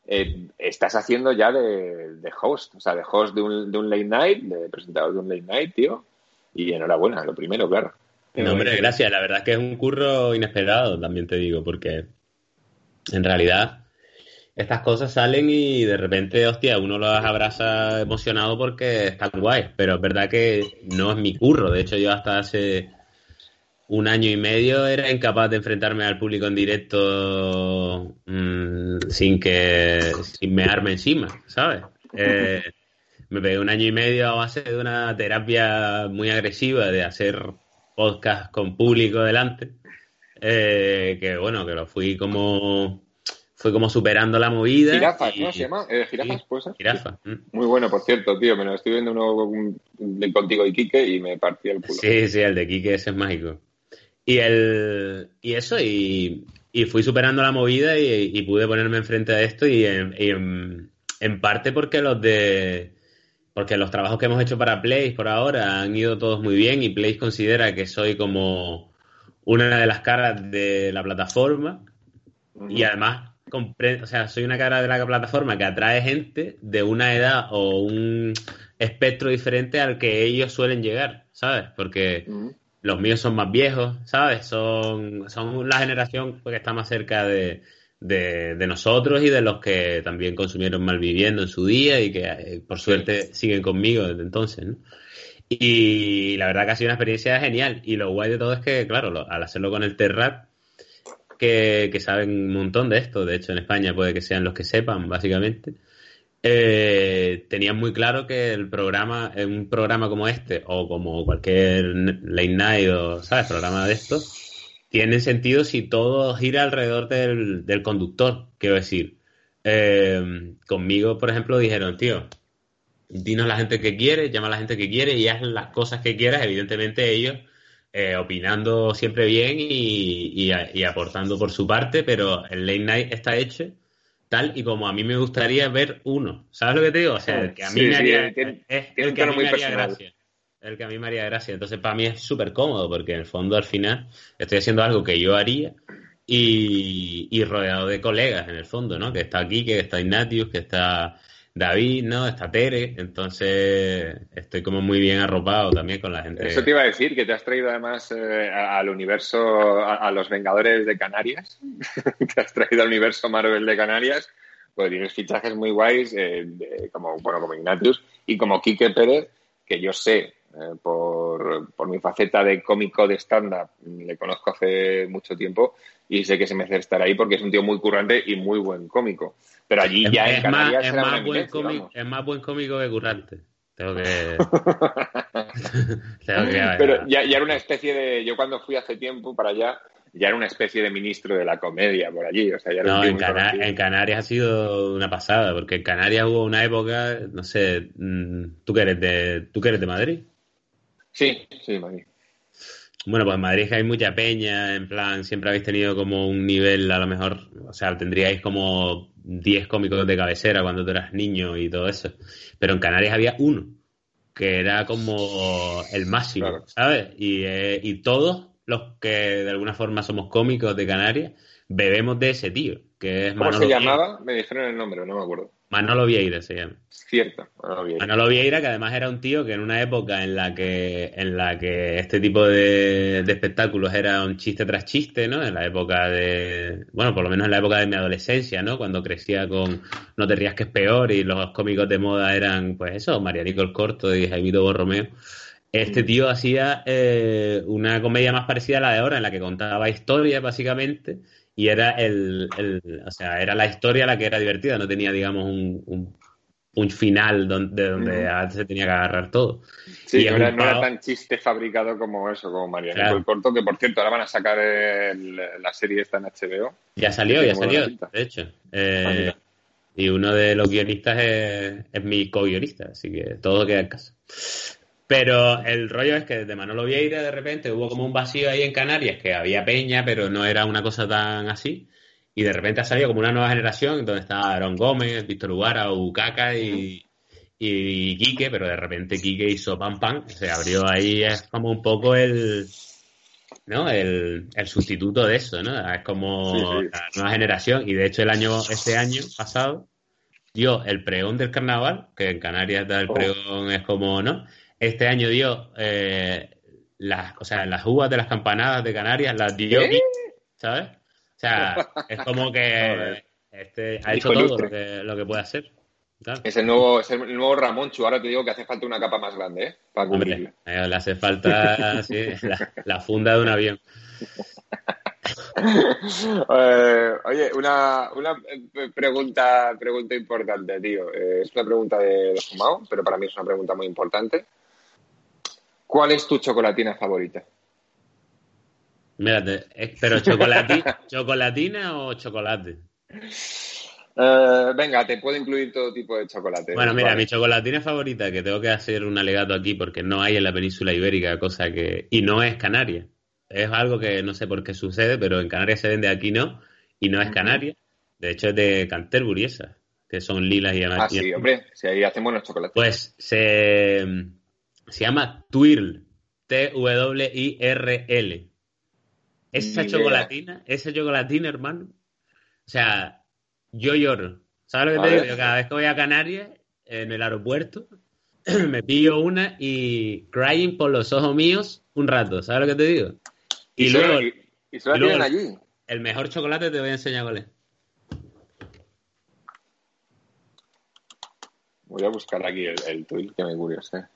eh, estás haciendo ya de, de host, o sea, de host de un, de un late night, de presentador de un late night, tío. Y enhorabuena, lo primero, claro. No, hombre, gracias. La verdad es que es un curro inesperado, también te digo, porque en realidad estas cosas salen y de repente, hostia, uno las abraza emocionado porque están guays, pero es verdad que no es mi curro. De hecho, yo hasta hace un año y medio era incapaz de enfrentarme al público en directo mmm, sin que sin mearme encima, ¿sabes? Eh, me pegué un año y medio a base de una terapia muy agresiva de hacer podcast con público delante, eh, que bueno, que lo fui como fui como superando la movida. Jirafas, y, ¿no se llama? Eh, ¿Jirafas, sí, puede ser? Jirafa. Sí. Muy bueno, por cierto, tío, me lo estoy viendo uno un, de contigo y Quique y me partí el culo. Sí, sí, el de Quique ese es mágico. Y el y eso, y, y fui superando la movida y, y pude ponerme enfrente de esto y, en, y en, en parte porque los de porque los trabajos que hemos hecho para Place por ahora han ido todos muy bien y Place considera que soy como una de las caras de la plataforma. Uh-huh. Y además, compre- o sea, soy una cara de la plataforma que atrae gente de una edad o un espectro diferente al que ellos suelen llegar, ¿sabes? Porque uh-huh. los míos son más viejos, ¿sabes? Son, son la generación que está más cerca de, de, de nosotros y de los que también consumieron Malviviendo en su día y que, eh, por suerte, sí. siguen conmigo desde entonces, ¿no? Y la verdad que ha sido una experiencia genial. Y lo guay de todo es que, claro, lo, al hacerlo con el Terrat, que, que saben un montón de esto, de hecho en España puede que sean los que sepan, básicamente, eh, tenían muy claro que el programa, un programa como este, o como cualquier late night o, ¿sabes?, programa de estos, tiene sentido si todo gira alrededor del, del conductor, quiero decir. Eh, conmigo, por ejemplo, dijeron, tío, dinos la gente que quiere, llama a la gente que quiere y haz las cosas que quieras, evidentemente ellos eh, opinando siempre bien y, y, y aportando por su parte, pero el late night está hecho tal y como a mí me gustaría ver uno. ¿Sabes lo que te digo? O sea, el que a mí sí, me haría, sí, tiene, es tiene el que a mí me haría personal. gracia. El que a mí me haría gracia. Entonces, para mí es súper cómodo porque en el fondo, al final, estoy haciendo algo que yo haría y, y rodeado de colegas, en el fondo, ¿no? Que está aquí, que está Ignatius, que está David, ¿no? Está Tere. Entonces, estoy como muy bien arropado también con la gente. Eso te iba a decir, que te has traído además eh, al universo, a, a los Vengadores de Canarias. Te has traído al universo Marvel de Canarias. Pues tienes fichajes muy guays, eh, de, como, bueno, como Ignatius y como Quique Pérez, que yo sé, eh, por, por mi faceta de cómico de stand-up, le conozco hace mucho tiempo y sé que se merece estar ahí porque es un tío muy currante y muy buen cómico. Pero allí es, ya es en Canarias más, es era más una buen eminencia, cómico, es más buen cómico que currante. Tengo que... Tengo que Pero ya, ya era una especie de... Yo cuando fui hace tiempo para allá, ya era una especie de ministro de la comedia por allí. O sea, ya era no, un tío en, muy Cana- en Canarias ha sido una pasada, porque en Canarias hubo una época, no sé, ¿tú que eres de, ¿tú que eres de Madrid? Sí, sí, Madrid. Bueno, pues en Madrid hay mucha peña, en plan, siempre habéis tenido como un nivel, a lo mejor, o sea, tendríais como diez cómicos de cabecera cuando tú eras niño y todo eso. Pero en Canarias había uno, que era como el máximo, claro. ¿Sabes? Y, eh, y todos los que de alguna forma somos cómicos de Canarias, bebemos de ese tío, que es ¿Cómo Manolo se llamaba? Vieira. Me dijeron el nombre, no me acuerdo. Manolo Vieira se llama. Cierto, Manolo Vieira. Manolo Vieira, que además era un tío que en una época en la que en la que este tipo de, de espectáculos era un chiste tras chiste, ¿no? En la época de... Bueno, por lo menos en la época de mi adolescencia, ¿no? Cuando crecía con No te rías que es peor y los cómicos de moda eran, pues eso, Marianico el Corto y Jaimito Borromeo. Este tío hacía eh, una comedia más parecida a la de ahora, en la que contaba historias, básicamente, y era el, el o sea, era la historia la que era divertida, no tenía, digamos, un, un, un final donde, de donde uh-huh. se tenía que agarrar todo. Sí, no era, no era tan chiste fabricado como eso, como Marianico claro. el Corto, que por cierto, ahora van a sacar el, la serie esta en H B O. Ya salió, ya salió, de hecho. Eh, y uno de los guionistas es, es mi co-guionista, así que todo queda en casa. Pero el rollo es que desde Manolo Vieira de repente hubo como un vacío ahí en Canarias, que había peña, pero no era una cosa tan así. Y de repente ha salido como una nueva generación donde está Aaron Gómez, Víctor Ugara, Ucaca y, y Quique, pero de repente Quique hizo pam pam, se abrió ahí, es como un poco el, ¿no? El, el sustituto de eso, ¿no? Es como sí, sí. la nueva generación. Y de hecho el año, este año pasado, dio el pregón del carnaval, que en Canarias da el Oh. pregón, es como, ¿no? Este año dio eh, las, o sea, las uvas de las campanadas de Canarias, las dio, ¿Qué? ¿sabes? O sea, es como que Joder. este ha Hijo hecho todo ilustre. lo que, lo que puede hacer. Claro. Es el nuevo, es el nuevo Ramonchu. Ahora te digo que hace falta una capa más grande, ¿eh? Para cubrirlo. Hombre, eh, le hace falta sí, la, la funda de un avión. Eh, oye, una, una pregunta, pregunta importante, tío. Eh, es una pregunta de, de fumado, pero para mí es una pregunta muy importante. ¿Cuál es tu chocolatina favorita? Mírate, eh, pero chocolati, ¿chocolatina o chocolate? Eh, venga, te puedo incluir todo tipo de chocolate. Bueno, mira, Vale. mi chocolatina favorita, que tengo que hacer un alegato aquí porque no hay en la península ibérica, cosa que... Y no es Canarias. Es algo que no sé por qué sucede, pero en Canarias se vende, aquí no, y no es Ujú. Canarias. De hecho, es de Canterbury esas, que son lilas y Ah, amarillas. sí, hombre. Si ahí hacen buenos chocolates. Pues se, se llama Twirl, T W I R L. Esa Ni idea. chocolatina, esa chocolatina, hermano. O sea, yo lloro. ¿Sabes lo que A te digo? ver. Yo cada vez que voy a Canarias, en el aeropuerto, me pillo una y crying por los ojos míos un rato. ¿Sabes lo que te digo? Y Y solo, luego, y, y solo y la luego tienen el, allí. el mejor chocolate te voy a enseñar cuál es. Voy a buscar aquí el, el tuit, que me curioso. ¿Eh?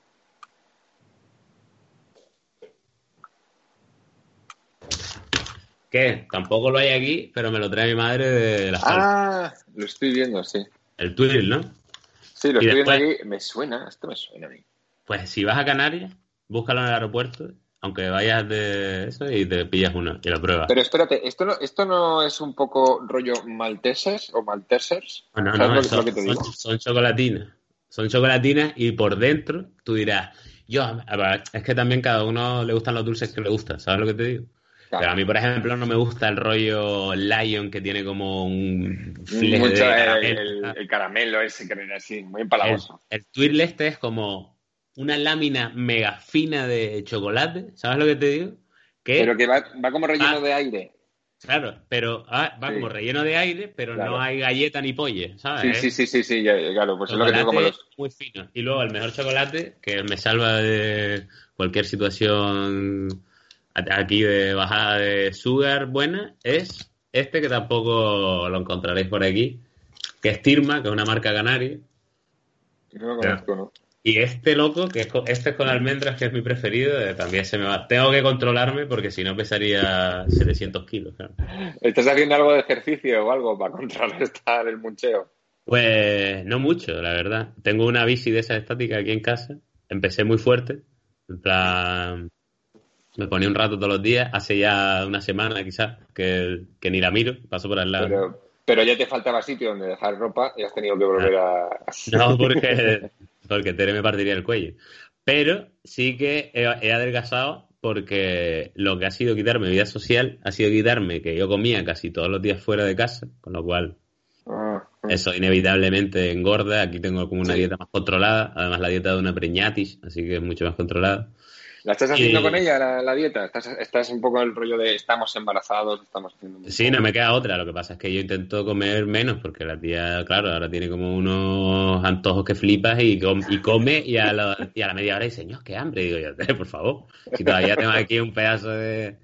Que tampoco lo hay aquí, pero me lo trae mi madre de Las Palmas. Ah, lo estoy viendo, sí. El Twirl, ¿no? Sí, lo Y estoy viendo después, aquí. Me suena, esto me suena a mí. pues si vas a Canarias, búscalo en el aeropuerto, aunque vayas de eso y te pillas uno y lo pruebas. Pero espérate, ¿esto no, esto no es un poco rollo malteses o maltesers? No, no, ¿Sabes no, lo, eso, lo que te son, digo? son chocolatinas. Son chocolatinas y por dentro tú dirás, yo, a ver, es que también cada uno le gustan los dulces que le gustan, ¿sabes lo que te digo? Pero a Claro. mí, por ejemplo, no me gusta el rollo Lion que tiene como un fleje Mucho de el, caramelo. el- el caramelo ese que era así, muy El, empalagoso. el twirl este es como una lámina mega fina de chocolate, ¿sabes lo que te digo? Pero Que que va, va como relleno va, de aire. claro, pero ah, va como Sí, relleno de aire, pero no claro. hay galleta ni polle, Sí, ¿sabes? sí, Es sí, sí, sí, ya- ya, claro. Pues es lo que tengo como chocolate los... muy fino. Y luego el mejor chocolate, que me salva de cualquier situación a- aquí de bajada de sugar buena, es este que tampoco lo encontraréis por aquí, que es Tirma, que es una marca canaria. No lo Ya. conozco, ¿no? Y este loco, que es con, este es con almendras, que es mi preferido, eh, también se me va. Tengo que controlarme porque si no pesaría setecientos kilos. Claro. ¿Estás haciendo algo de ejercicio o algo para contrarrestar el muncheo? Pues no mucho, la verdad. Tengo una bici de esa estática aquí en casa. Empecé muy fuerte. En plan, me ponía un rato todos los días. Hace ya una semana quizás que, que ni la miro. Paso por al lado. Pero, pero ya te faltaba sitio donde dejar ropa y has tenido que volver a... No, porque, porque Tere me partiría el cuello. Pero sí que he, he adelgazado porque lo que ha sido quitarme vida social ha sido quitarme que yo comía casi todos los días fuera de casa, con lo cual Ah, ah. eso inevitablemente engorda. Aquí tengo como una Sí. dieta más controlada, además la dieta de una preñatis, así que es mucho más controlada. ¿La estás haciendo Y con ella, la, la dieta? ¿Estás, estás un poco en el rollo de estamos embarazados, estamos haciendo... un sí, poco- no me queda otra. Lo que pasa es que yo intento comer menos porque la tía, claro, ahora tiene como unos antojos que flipas y, com- y come y a, la, y a la media hora dice, Dios, qué hambre. Y digo yo, "Eh, por favor, si todavía tengo aquí un pedazo de...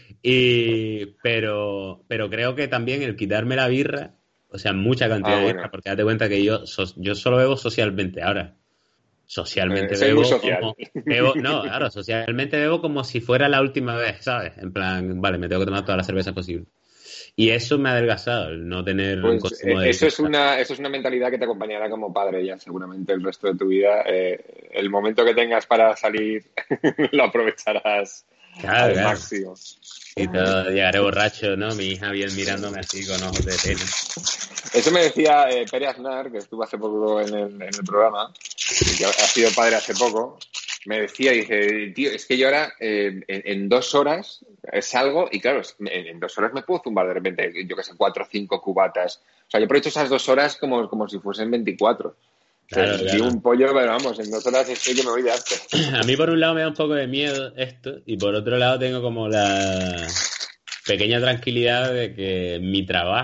Y, pero, pero creo que también el quitarme la birra, o sea, mucha cantidad Ah, de bueno. birra, porque date cuenta que yo, so- yo solo bebo socialmente ahora. Socialmente Eh, soy muy bebo social. como... Bebo, no, claro, socialmente bebo como si fuera la última vez, ¿sabes? En plan, vale, me tengo que tomar todas las cervezas posibles. Y eso me ha adelgazado, el no tener un Pues consumo eh, de eso es birra. una eso es una mentalidad que te acompañará como padre ya seguramente el resto de tu vida. Eh, el momento que tengas para salir lo aprovecharás Claro, al claro. máximo. Y todo, llegaré borracho, ¿no? Mi hija bien mirándome así con ojos de pena. Eso me decía eh, Pere Aznar, que estuvo hace poco en el, en el programa, y que ha sido padre hace poco. Me decía, dice, tío, es que yo ahora eh, en, en dos horas salgo y claro, en, en dos horas me puedo zumbar de repente, yo que sé, cuatro o cinco cubatas. O sea, yo aprovecho esas dos horas como, como si fuesen veinticuatro. Claro, Di claro. un pollo, pero vamos, en dos horas estoy que me voy de arte. A mí por un lado me da un poco de miedo esto y por otro lado tengo como la pequeña tranquilidad de que mi trabajo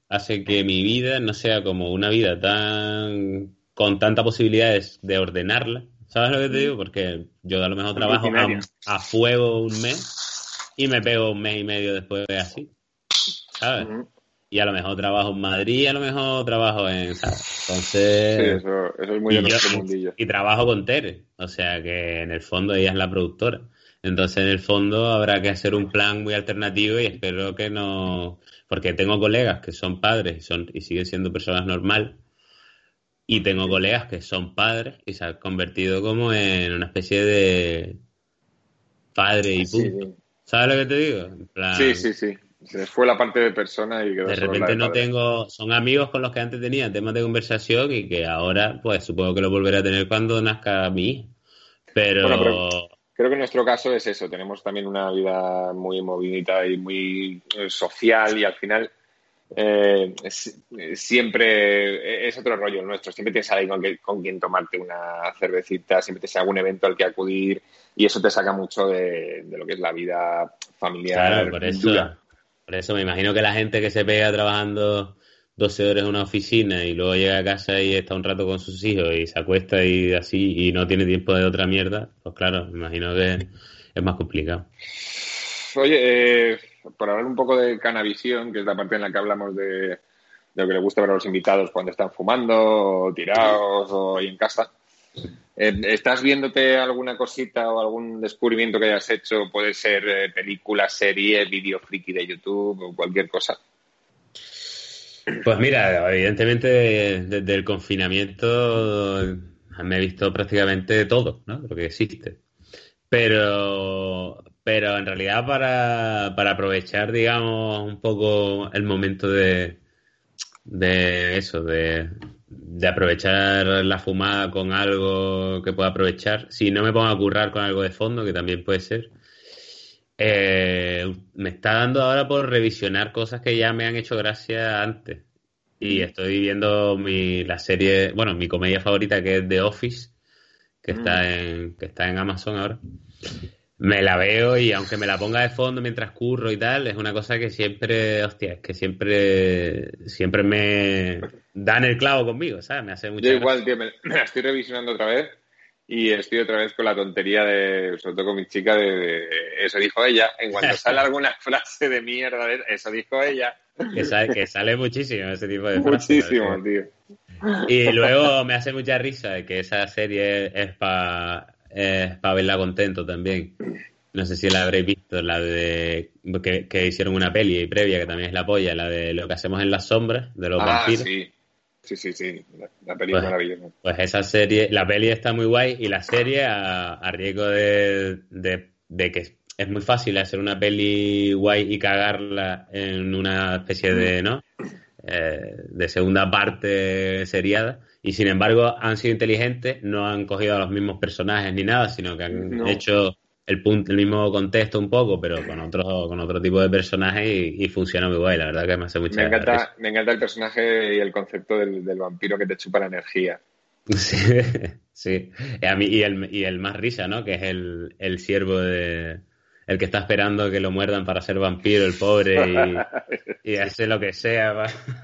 hace que mi vida no sea como una vida tan con tantas posibilidades de ordenarla. ¿Sabes lo que te digo? Porque yo a lo mejor trabajo a, a fuego un mes y me pego un mes y medio después así, ¿sabes? Uh-huh. Y a lo mejor trabajo en Madrid, a lo mejor trabajo en, ¿sabes? Entonces... Sí, eso, eso es muy de nuestro mundillo. Y trabajo con Tere, o sea que en el fondo ella es la productora. Entonces en el fondo habrá que hacer un plan muy alternativo y espero que no... Porque tengo colegas que son padres y, son, y siguen siendo personas normales. Y tengo colegas que son padres y se han convertido como en una especie de padre y punto. Sí. ¿Sabes lo que te digo? En plan, sí, sí, sí. Se les fue la parte de persona y quedó de repente no tengo... Son amigos con los que antes tenía temas de conversación y que ahora, pues, supongo que lo volveré a tener cuando nazca mi hija. Pero... Bueno, pero creo que en nuestro caso es eso. Tenemos también una vida muy movidita y muy social y al final... Eh, es, siempre es otro rollo el nuestro, siempre tienes alguien con, que, con quien tomarte una cervecita, siempre tienes algún evento al que acudir y eso te saca mucho de, de lo que es la vida familiar. Claro, por eso, dura. Por eso me imagino que la gente que se pega trabajando doce horas en una oficina y luego llega a casa y está un rato con sus hijos y se acuesta y así y no tiene tiempo de otra mierda, pues claro, me imagino que es más complicado. Oye, eh, por hablar un poco de Canavisión, que es la parte en la que hablamos de, de lo que le gusta ver a los invitados cuando están fumando, o tirados o ahí en casa, eh, ¿estás viéndote alguna cosita o algún descubrimiento que hayas hecho? Puede ser eh, película, serie, vídeo friki de YouTube o cualquier cosa. Pues mira, evidentemente desde el confinamiento me he visto prácticamente todo, ¿no? Lo que existe. Pero, pero en realidad para, para aprovechar, digamos, un poco el momento de, de eso, de, de aprovechar la fumada con algo que pueda aprovechar, si no me pongo a currar con algo de fondo, que también puede ser, eh, me está dando ahora por revisionar cosas que ya me han hecho gracia antes. Y estoy viendo mi, la serie, bueno, mi comedia favorita, que es The Office, que está en, que está en Amazon ahora. Me la veo y aunque me la ponga de fondo mientras curro y tal, es una cosa que siempre, hostia, es que siempre siempre me dan el clavo conmigo, ¿sabes? Me hace mucha Yo igual, tío, me, me la estoy revisionando otra vez y estoy otra vez con la tontería de, sobre todo con mi chica, de, de eso dijo ella. En cuanto sale alguna frase de mierda, de, eso dijo ella. Que sale, que sale muchísimo ese tipo de frases. Muchísimo, tío. Y luego me hace mucha risa que esa serie es para es pa verla contento también. No sé si la habréis visto, la de que, que hicieron una peli previa que también es la polla, la de Lo que hacemos en las sombras, de los ah, vampiros. Sí, sí, sí, sí. La, la peli pues, es maravillosa. Pues esa serie, la peli está muy guay y la serie, a, a riesgo de, de, de que es muy fácil hacer una peli guay y cagarla en una especie de, ¿no? Eh, de segunda parte seriada, y sin embargo han sido inteligentes, no han cogido a los mismos personajes ni nada, sino que han no. hecho el, punto, el mismo contexto un poco, pero con otro, con otro tipo de personajes y, y funciona muy guay, la verdad que me hace mucha me encanta, me encanta el personaje y el concepto del, del vampiro que te chupa la energía. Sí, sí. Y, a mí, y, el, y el más risa, ¿no? Que es el, el siervo de... El que está esperando que lo muerdan para ser vampiro, el pobre, y, y hace lo que sea.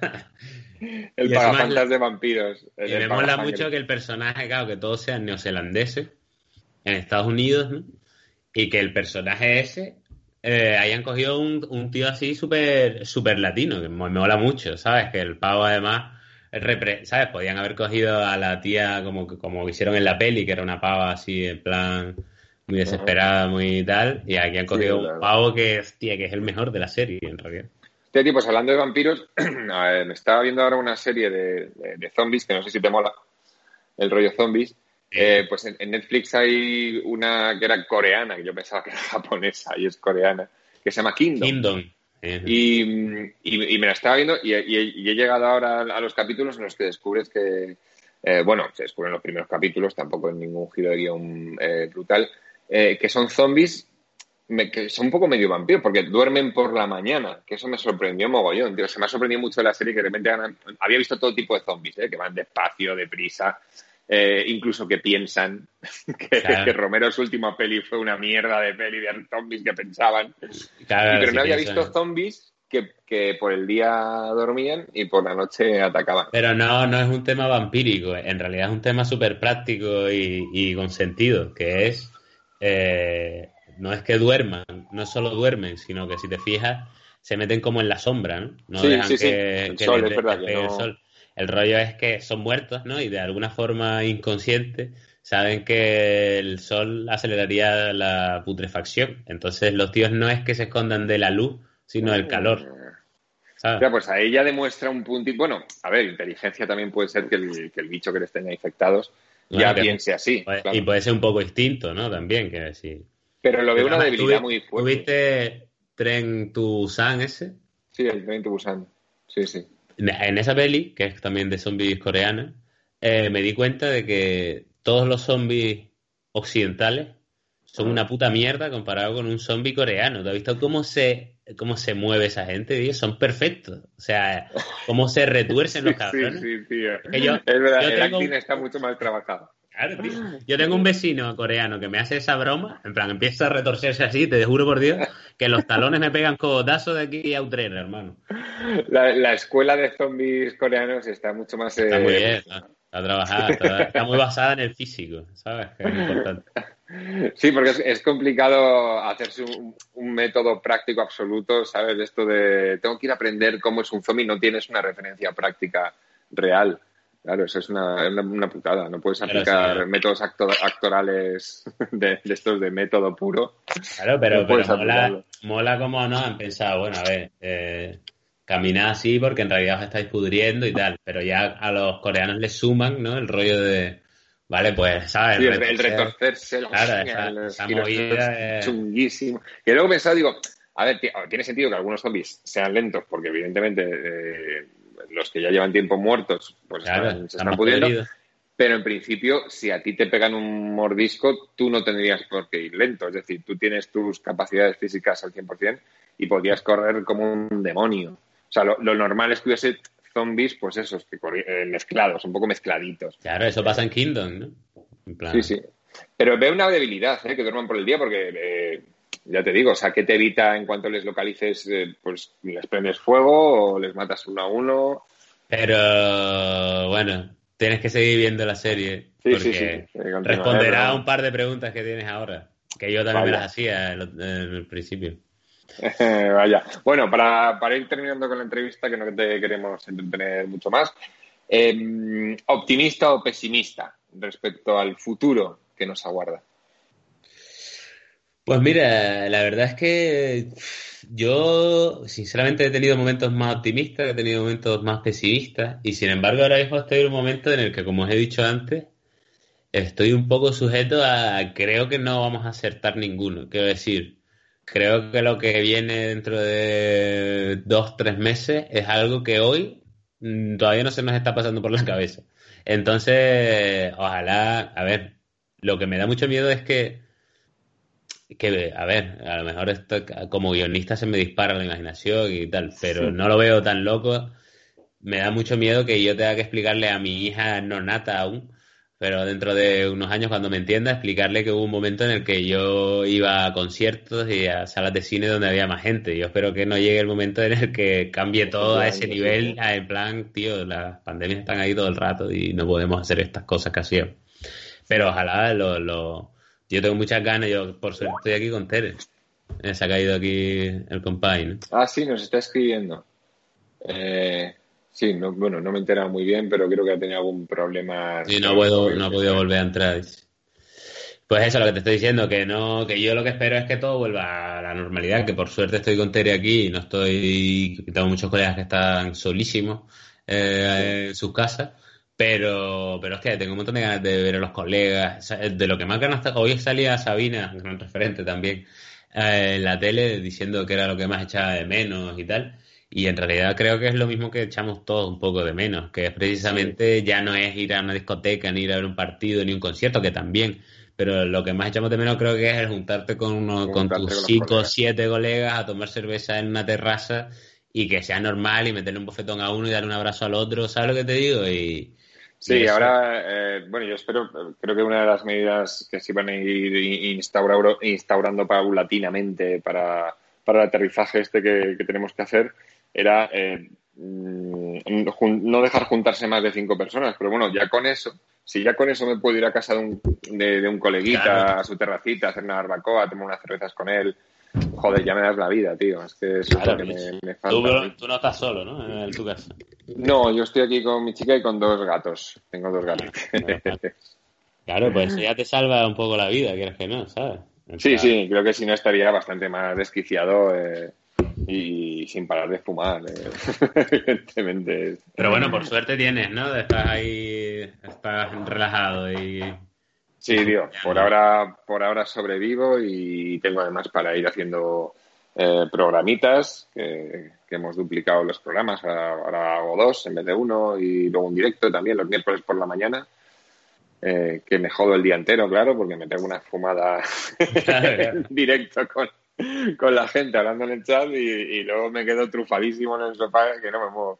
El pagafantas de vampiros. El, y me mola mucho que el personaje, claro, que todos sean neozelandeses en Estados Unidos, ¿no? Y que el personaje ese eh, hayan cogido un, un tío así súper super latino, que me mola mucho, ¿sabes? Que el pavo además, repre- ¿sabes? Podían haber cogido a la tía como, como hicieron en la peli, que era una pava así, en plan... muy desesperada, muy tal, y aquí han cogido sí, un pavo que, hostia, que es el mejor de la serie, en realidad. Este tipo, pues hablando de vampiros, me estaba viendo ahora una serie de, de, de zombies, que no sé si te mola, el rollo zombies. Sí. Eh, pues en, en Netflix hay una que era coreana, que yo pensaba que era japonesa, y es coreana, que se llama Kingdom. Kingdom. Uh-huh. Y, y, y me la estaba viendo, y, y, y he llegado ahora a los capítulos en los que descubres que, eh, bueno, se descubren los primeros capítulos, tampoco en ningún giro de guión eh, brutal, Eh, que son zombies me, que son un poco medio vampiros porque duermen por la mañana, que eso me sorprendió mogollón, tío. Se me ha sorprendido mucho de la serie que de repente han, había visto todo tipo de zombies, ¿eh? Que van despacio, deprisa, eh, incluso que piensan que, claro. que Romero su última peli fue una mierda de peli de zombies que pensaban, claro, y, pero sí no había pienso. visto zombies que, que por el día dormían y por la noche atacaban. Pero no, no es un tema vampírico, en realidad es un tema súper práctico y, y con sentido, que es, eh, no es que duerman, no solo duermen, sino que si te fijas, se meten como en la sombra, ¿no? No Sí, dejan sí, sí. que, El que sol, les, es dé- verdad les que pegue el no. sol. El rollo es que son muertos, ¿no? Y de alguna forma inconsciente saben que el sol aceleraría la putrefacción. Entonces los tíos no es que se escondan de la luz, sino del calor, Mm. ¿sabes? Ya, pues ahí ya demuestra un puntito. Bueno, a ver, inteligencia también puede ser que el, que el bicho que les tenga infectados Bueno, ya que es un- piense así, puede- y claro. puede ser un poco distinto, ¿no? También, que sí. Pero lo De veo todas una maneras, ¿tú debilidad vi- muy tú fuerte. viste Tren to Busan ese? Sí, el Train to Busan. Sí, sí. En esa peli, que es también de zombies coreanos, eh, me di cuenta de que todos los zombies occidentales son Ah. una puta mierda comparado con un zombie coreano. ¿Te has visto cómo se, cómo se mueve esa gente, tío? Son perfectos. O sea, cómo se retuercen Sí, los sí, cabrones. sí, tío. Es que yo, Es verdad, yo el tengo acting un, está mucho más trabajado. claro, tío. Yo tengo un vecino coreano que me hace esa broma, en plan, empieza a retorcerse así, te juro por Dios, que los talones me pegan codazos de aquí a Utrera, hermano. La, la escuela de zombies coreanos está mucho más Está muy eh, bien, está, está trabajada, está, está muy basada en el físico, ¿sabes? Que es importante. Sí, porque es, es complicado hacerse un, un método práctico absoluto, ¿sabes? Esto de tengo que ir a aprender cómo es un zombie, no tienes una referencia práctica real. Claro, eso es una, una, una putada. No puedes Pero sí, aplicar métodos acto- actorales de, de estos de método puro. claro, No pero, pero puedes mola, aplicarlo. mola como no han pensado, bueno, a ver, eh, caminad así porque en realidad os estáis pudriendo y tal, pero ya a los coreanos les suman, ¿no? El rollo de, vale, pues, ¿sabes? Sí, el, el Retorcer, retorcerse, los, claro, esa, los esa giros estos movida es, chunguísimos. Que luego he pensado, digo, a ver, tiene sentido que algunos zombies sean lentos, porque evidentemente eh, los que ya llevan tiempo muertos, pues claro, están, se están están más pudriendo. podridos. Pero en principio, si a ti te pegan un mordisco, tú no tendrías por qué ir lento. Es decir, tú tienes tus capacidades físicas al cien por ciento y podrías correr como un demonio. O sea, lo, lo normal es que hubiese zombies, pues esos, que corri- eh, mezclados, un poco mezcladitos. Claro, eso pasa en Kingdom, ¿no? En Sí, plan, sí. Pero veo una debilidad, ¿eh? Que duerman por el día porque, eh, ya te digo, o sea, ¿qué te evita en cuanto les localices? Eh, pues les prendes fuego o les matas uno a uno. pero bueno, tienes que seguir viendo la serie Sí, sí, sí. porque Sí, continúa, eh, responderá a pero un par de preguntas que tienes ahora, que yo también me vaya. las hacía en, lo- en el principio. Vaya. Bueno, para, para ir terminando con la entrevista, que no te queremos entretener mucho más, eh, ¿optimista o pesimista respecto al futuro que nos aguarda? Pues mira, la verdad es que yo sinceramente he tenido momentos más optimistas, he tenido momentos más pesimistas y sin embargo ahora mismo estoy en un momento en el que, como os he dicho antes, estoy un poco sujeto a creo que no vamos a acertar ninguno. Quiero decir, creo que lo que viene dentro de dos, tres meses es algo que hoy mm, todavía no se nos está pasando por la cabeza. Entonces, ojalá, a ver, lo que me da mucho miedo es que que, a ver, a lo mejor esto, como guionista se me dispara la imaginación y tal, pero no lo veo tan loco. Me da mucho miedo que yo tenga que explicarle a mi hija no nata aún, pero dentro de unos años cuando me entienda, explicarle que hubo un momento en el que yo iba a conciertos y a salas de cine donde había más gente. Yo espero que no llegue el momento en el que cambie todo a ese Efectivamente, sí, nivel, sí. a- en plan, tío, las pandemias están ahí todo el rato y no podemos hacer estas cosas que hacíamos. Pero ojalá lo, lo... Yo tengo muchas ganas, yo por suerte estoy aquí con Tere. Eh, Se ha caído aquí el compay, ¿no? Ah, sí, nos está escribiendo. Eh, sí, no, bueno, no me he enterado muy bien, pero creo que ha tenido algún problema Sí, no respecto puedo, al no ha COVID podido diecinueve. volver a entrar. Pues eso, lo que te estoy diciendo, que no, que yo lo que espero es que todo vuelva a la normalidad, que por suerte estoy con Tere aquí y no estoy, tengo muchos colegas que están solísimos Sí. eh, en sus casas, pero, pero es que tengo un montón de ganas de ver a los colegas. O sea, de lo que más ganas, hoy salía Sabina, gran referente también, eh, en la tele diciendo que era lo que más echaba de menos y tal. Y en realidad creo que es lo mismo que echamos todos un poco de menos, que es Sí, precisamente ya no es ir a una discoteca, ni ir a ver un partido, ni un concierto, que también, pero lo que más echamos de menos creo que es el juntarte con uno, con juntarte tus con los cinco o colegas. siete colegas a tomar cerveza en una terraza y que sea normal y meterle un bofetón a uno y darle un abrazo al otro, ¿sabes lo que te digo? Y, y Sí, eso, ahora, eh, bueno, yo espero, creo que una de las medidas que se van a ir instaurando, instaurando paulatinamente para, para el aterrizaje este que, que tenemos que hacer era eh, no dejar juntarse más de cinco personas. Pero bueno, ya con eso, si ya con eso me puedo ir a casa de un, de, de un coleguita, claro, a su terracita, hacer una barbacoa, tomar unas cervezas con él, joder, ya me das la vida, tío. Es que eso claro, es lo que me, me falta. Tú, tú no estás solo, ¿no? En tu casa. No, yo estoy aquí con mi chica y con dos gatos. Tengo dos gatos. Claro, pues eso ya te salva un poco la vida, quieres que no, ¿sabes? O sí, sea... sí, creo que si no estaría bastante más desquiciado eh, y sin parar de fumar, eh. Evidentemente. Pero bueno, por suerte tienes, ¿no? Estás ahí, estás relajado y... Sí, tío, por ahora, por ahora sobrevivo y tengo además para ir haciendo eh, programitas, que, que hemos duplicado los programas, ahora, ahora hago dos en vez de uno y luego un directo también los miércoles por la mañana. Eh, que me jodo el día entero, claro, porque me tengo una fumada en directo con, con la gente hablando en el chat y, y luego me quedo trufadísimo en el sofá que no me muevo.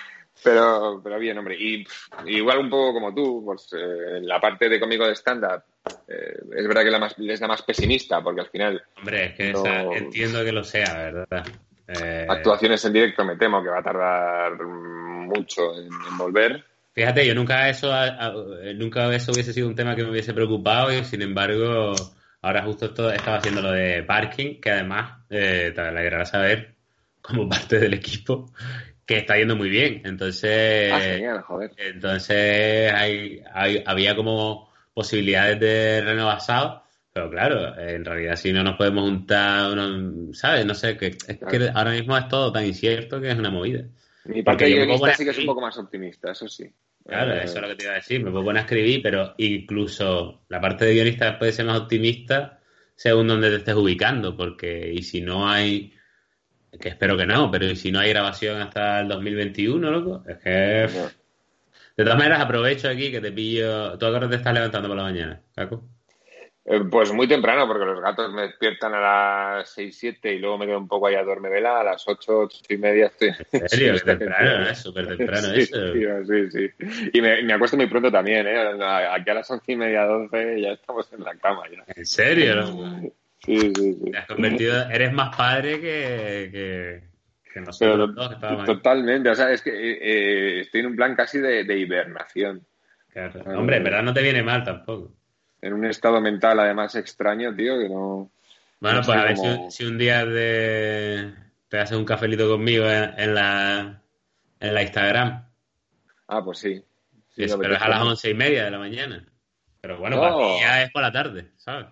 Pero, pero bien, hombre. Y pff, igual un poco como tú, pues eh, la parte de cómico de stand-up eh, es verdad que la más, es la más pesimista, porque al final... Hombre, es que no, esa, entiendo que lo sea, ¿verdad? Eh... Actuaciones en directo me temo que va a tardar mucho en, en volver. Fíjate, yo nunca eso nunca eso hubiese sido un tema que me hubiese preocupado y sin embargo ahora justo esto, estaba haciendo lo de parking, que además eh, te alegrará saber como parte del equipo que está yendo muy bien. Entonces, ah, genial, joder. Entonces hay, hay, había como posibilidades de renovación, pero claro, en realidad si no nos podemos juntar, uno, ¿sabes? No sé, que es claro. Que ahora mismo es todo tan incierto que es una movida. Mi parte de guionista sí que es un poco más optimista, eso sí. Claro, eh... eso es lo que te iba a decir. Me puedo poner a escribir, pero incluso la parte de guionista puede ser más optimista según donde te estés ubicando, porque y si no hay, que espero que no, pero y si no hay grabación hasta el dos mil veintiuno, loco, es que... No. De todas maneras, aprovecho aquí que te pillo... ¿Tú a qué hora te estás levantando por la mañana, Caco? Eh, pues muy temprano, porque los gatos me despiertan a las seis, siete y luego me quedo un poco ahí a dormir vela. A las ocho, ocho y media estoy... ¿En serio? Qué temprano, ¿no? Súper temprano sí, eso. Tío, sí, sí. Y me, me acuesto muy pronto también, ¿eh? Aquí a las once y media, doce ya estamos en la cama ya. ¿En serio? ¿No? Sí, sí, sí. Te has convertido... Eres más padre que... que... que nosotros dos, que estábamos ahí. Totalmente. O sea, es que eh, estoy en un plan casi de, de hibernación. Claro. Hombre, en verdad no te viene mal tampoco. En un estado mental además extraño, tío, que no... Bueno, no pues a ver cómo... si, si un día de... te haces un cafelito conmigo en, en la en la Instagram. Ah, pues sí. sí es, pero es a las once y media de la mañana. Pero bueno, no. Para mí ya es por la tarde, ¿sabes?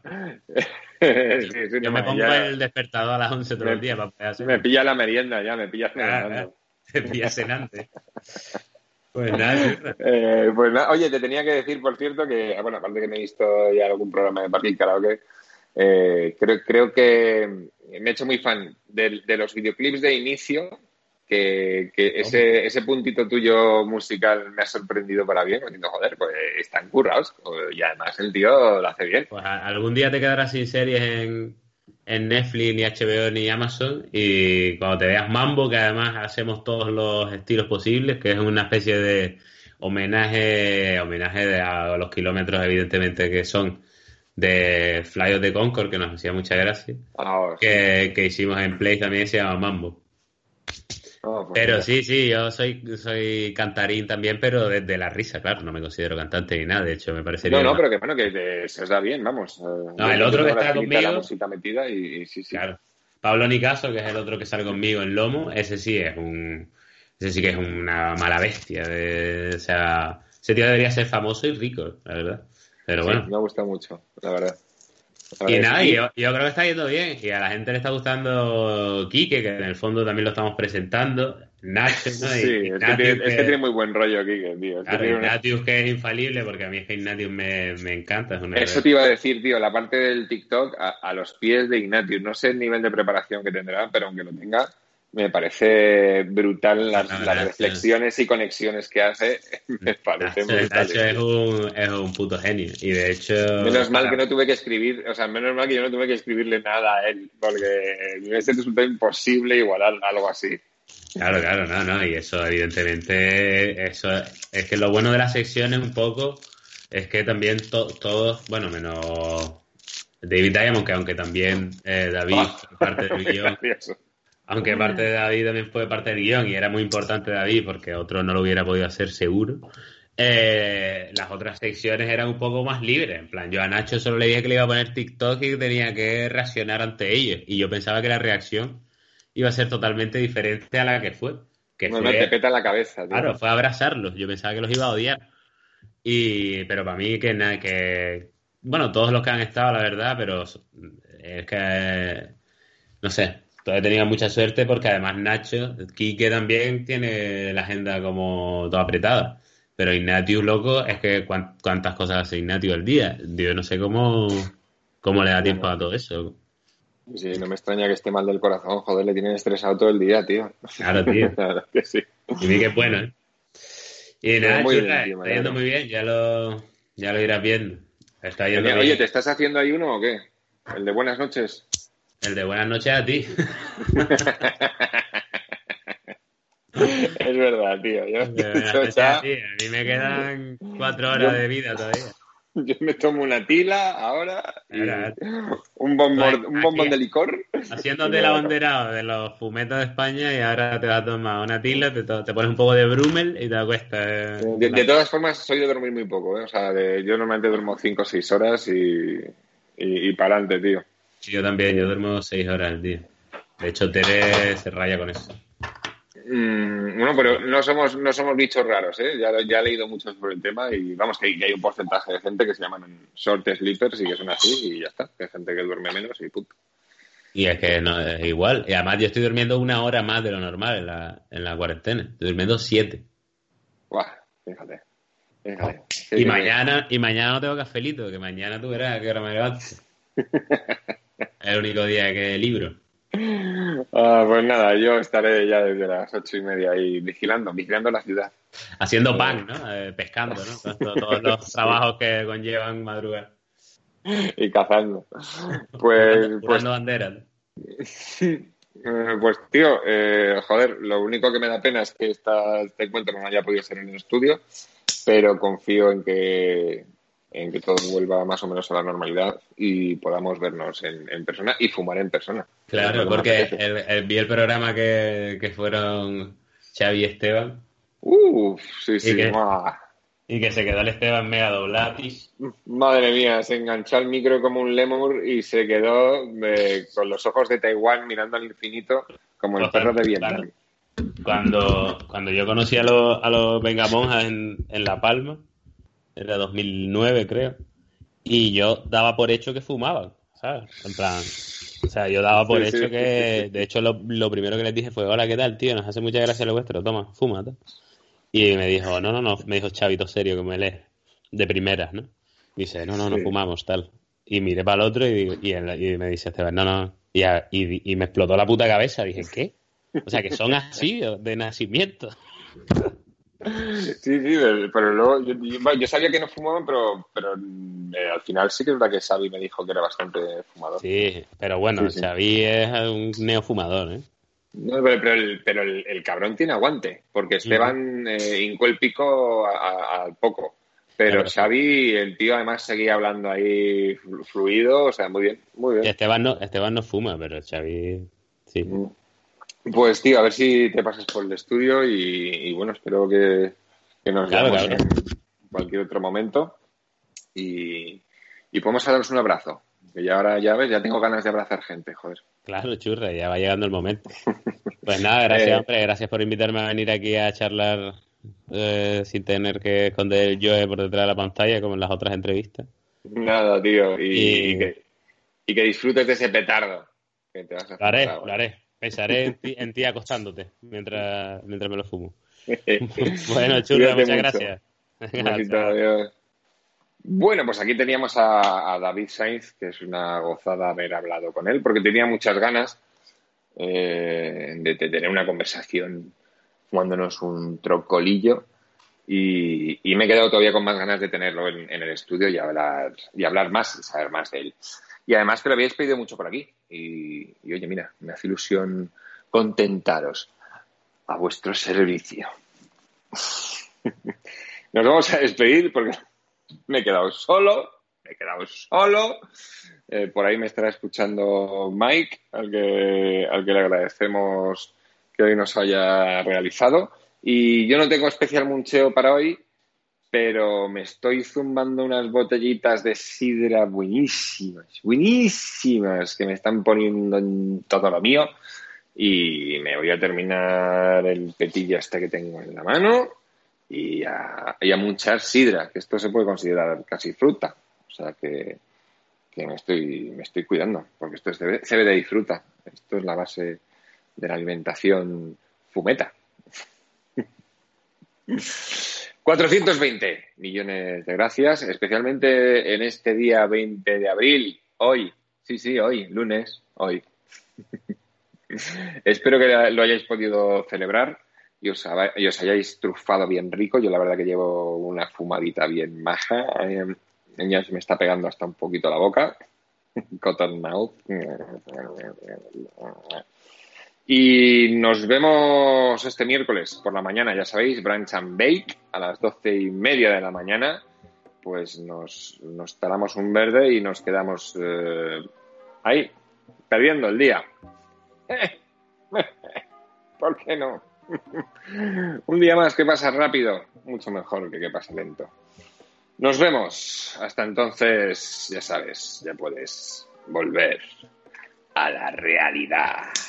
sí, sí, yo no, me pongo ya... el despertador a las once todo me, el día para poder hacer. Me pilla la merienda ya, me pilla cenando. Ah, te pilla cenante. Pues nada, eh, pues nada, oye, te tenía que decir, por cierto, que, bueno, aparte que me he visto ya algún programa de Parking Karaoke, eh, creo, creo que me he hecho muy fan de, de los videoclips de inicio, que, que ese, ese puntito tuyo musical me ha sorprendido para bien, diciendo, joder, pues están currados, y además el tío lo hace bien. Pues algún día te quedarás sin series en, en Netflix, ni H B O, ni Amazon, y cuando te veas Mambo, que además hacemos todos los estilos posibles, que es una especie de homenaje, homenaje de a los kilómetros, evidentemente, que son de Fly of the Concord, que nos hacía mucha gracia, oh, que, sí. que hicimos en Play también, se llama Mambo. Oh, pues pero mira. sí, sí, yo soy soy cantarín también, pero desde la risa, claro, no me considero cantante ni nada, de hecho me parecería... No, no, más... pero que bueno, que te, se os da bien, vamos. No, el otro que está conmigo... La música metida y, y sí, sí. Claro. Pablo Nicaso, que es el otro que sale conmigo en Lomo, ese sí es un... Ese sí que es una mala bestia, de, o sea, ese tío debería ser famoso y rico, la verdad. Pero bueno. Sí, me gusta mucho, la verdad. Y nada, yo, yo creo que está yendo bien. Y a la gente le está gustando Quique, que en el fondo también lo estamos presentando. Nacho, ¿no? Sí, y, es, que tiene, que... es que tiene muy buen rollo Quique, tío. Es claro, que Ignatius, una... que es infalible, porque a mí es que Ignatius me, me encanta. Es una Eso te iba a decir, tío, la parte del TikTok a, a los pies de Ignatius. No sé el nivel de preparación que tendrá, pero aunque lo tenga, me parece brutal las, no, las reflexiones y conexiones que hace. Me parece Nacho, brutal. Nacho es un, es un puto genio. Y de hecho... Menos mal que no tuve que escribir, o sea, menos mal que yo no tuve que escribirle nada a él, porque me hubiese resultado imposible igualar algo así. Claro, claro, no, no, y eso evidentemente, eso es que lo bueno de la sección es un poco, es que también to, todos, bueno, menos David Diamond, que aunque también eh, David fue parte del guión, aunque parte de David también fue parte del guión y era muy importante David porque otro no lo hubiera podido hacer seguro, eh, las otras secciones eran un poco más libres. En plan, yo a Nacho solo le dije que le iba a poner TikTok y que tenía que reaccionar ante ellos. Y yo pensaba que la reacción iba a ser totalmente diferente a la que fue. Que No, fue, no, te peta la cabeza, tío. Claro, fue abrazarlos. Yo pensaba que los iba a odiar. Y, pero para mí que nada, que bueno, todos los que han estado, la verdad, pero es que no sé, he tenido mucha suerte porque además Nacho, Quique también tiene la agenda como toda apretada. Pero Ignatius, loco, es que cuán- cuántas cosas hace Ignatius al día. Yo no sé cómo, cómo le da tiempo a todo eso. Sí, no me extraña que esté mal del corazón, joder, le tienen estresado todo el día, tío. Claro, tío. La verdad que sí. Y vi que es bueno, ¿eh? Y Pero nada, muy churra, bien, tío, me está yendo alegro. muy bien, ya lo, ya lo irás viendo. Está yendo Genial. bien. Oye, ¿te estás haciendo ahí uno o qué? ¿El de buenas noches? El de buenas noches a ti. Es verdad, tío. Yo, El de buenas yo noches a ya- ti. A mí me quedan cuatro yo- horas de vida todavía. yo me tomo una tila ahora y Ahora, un bombón, un aquí, bombón de licor. y haciéndote me el voy a la cama. abanderado de los fumetos de España y ahora te vas a tomar una tila, te, to- te pones un poco de Brummel y te acuestas. eh, De, en de la- todas formas, soy de dormir muy poco, ¿eh? O sea, de- yo normalmente duermo cinco o seis horas y, y, y para adelante, tío. Sí, yo también, yo duermo seis horas al día. De hecho, Tere se raya con eso. Mm, bueno, pero no somos, no somos bichos raros, ¿eh? Ya, ya he leído mucho sobre el tema y vamos, que, que hay un porcentaje de gente que se llaman short sleepers y que son así y ya está. Que hay gente que duerme menos y punto. Y es que no es igual. Y además yo estoy durmiendo una hora más de lo normal en la, en la cuarentena. Estoy durmiendo siete. Buah, fíjate, fíjate. Sí, Y sí, mañana, y mañana no tengo cafelito, que mañana tú verás a qué hora me levanto. Es el único día que libro. Ah, pues nada, yo estaré ya desde las ocho y media ahí vigilando, vigilando la ciudad. Haciendo pan, ¿no? Eh, pescando, ¿no? Con to- todos los trabajos que conllevan madrugar. Y cazando. Pues, Jurando, pues, jurando banderas. eh, pues tío, eh, joder, lo único que me da pena es que esta, este encuentro no haya podido ser en el estudio, pero confío en que, en que todo vuelva más o menos a la normalidad y podamos vernos en, en persona y fumar en persona. Claro, Es lo que me porque apetece. el, el- vi el programa que, que fueron Xavi y Esteban Uf, sí, y sí, que, ¡buah! y que se quedó el Esteban mega doblado. Madre mía, se enganchó al micro como un lémur y se quedó eh, con los ojos de Taiwán mirando al infinito como el perro de Vietnam. Cuando, cuando yo conocí a los, a los Vengamonjas en, en La Palma, era dos mil nueve creo, y yo daba por hecho que fumaban, ¿sabes? En plan, o sea, yo daba por Sí, hecho sí. que, de hecho, lo, lo primero que les dije fue, hola, ¿qué tal, tío? Nos hace mucha gracia lo vuestro, toma, fuma, tal. Y me dijo, no, no, no, me dijo Chavito serio, que me lees, de primeras, ¿no? Dice, no, no, no Sí. fumamos, tal. Y miré para el otro y, digo- y, él- y me dice Esteban, no, no, y, a- y, y me explotó la puta cabeza, dije, ¿qué? O sea, que son así, de nacimiento. Sí, sí, de- pero luego yo, yo- bueno, yo sabía que no fumaban, pero, pero eh, al final sí que es verdad que Xavi me dijo que era bastante fumador. Sí, pero bueno, Sí, sí. Xavi es un neofumador, ¿eh? No, pero pero, el, pero el, el cabrón tiene aguante, porque Esteban eh, hincó el pico a- a- al poco. Pero Claro. Xavi, el tío además seguía hablando ahí flu- fluido, o sea, muy bien, muy bien. Esteban no, Esteban no fuma, pero Xavi sí. Pues tío, a ver si te pasas por el estudio y, y bueno, espero que, que nos Claro, veamos claro. en cualquier otro momento y, y podemos darnos un abrazo. Que ya ahora, ya ves, ya tengo ganas de abrazar gente, joder. Claro, churra, ya va llegando el momento. Pues nada, gracias, Eh, hombre, gracias por invitarme a venir aquí a charlar eh, sin tener que esconder el Joe por detrás de la pantalla como en las otras entrevistas. Nada, tío, y, Y- y que, y que disfrutes de ese petardo que te vas a Lo haré, fumar ahora. lo haré. Pensaré en ti, en ti acostándote mientras, mientras me lo fumo. Bueno, churra, Cuídate muchas mucho. gracias. Un besito, adiós. Bueno, pues aquí teníamos a, a David Sainz, que es una gozada haber hablado con él, porque tenía muchas ganas eh, de, de tener una conversación fumándonos un trocolillo y, y me he quedado todavía con más ganas de tenerlo en, en el estudio y hablar, y hablar más y saber más de él. Y además que lo habíais pedido mucho por aquí y, y oye, mira, me hace ilusión contentaros a vuestro servicio. Nos vamos a despedir porque me he quedado solo me he quedado solo. Eh, por ahí me estará escuchando Mike, al que, al que le agradecemos que hoy nos haya realizado. Y yo no tengo especial muncheo para hoy, pero me estoy zumbando unas botellitas de sidra buenísimas, buenísimas, que me están poniendo en todo lo mío. Y me voy a terminar el petilla este que tengo en la mano y a, y a munchar sidra, que esto se puede considerar casi fruta. O sea que, que me estoy me estoy cuidando, porque esto es C B D y fruta. Esto es la base de la alimentación fumeta. cuatrocientos veinte millones de gracias, especialmente en este día veinte de abril, hoy, sí, sí, hoy, lunes, hoy. Espero que lo hayáis podido celebrar y os, y os hayáis trufado bien rico. Yo la verdad que llevo una fumadita bien maja. Eh, ya se me está pegando hasta un poquito la boca. Cotton mouth. Y nos vemos este miércoles por la mañana, ya sabéis, Brunch and Bake a las doce y media de la mañana. Pues nos, nos talamos un verde y nos quedamos eh, ahí, perdiendo el día. ¿Por qué no? Un día más que pasa rápido, mucho mejor que que pasa lento. Nos vemos. Hasta entonces, ya sabes, ya puedes volver a la realidad.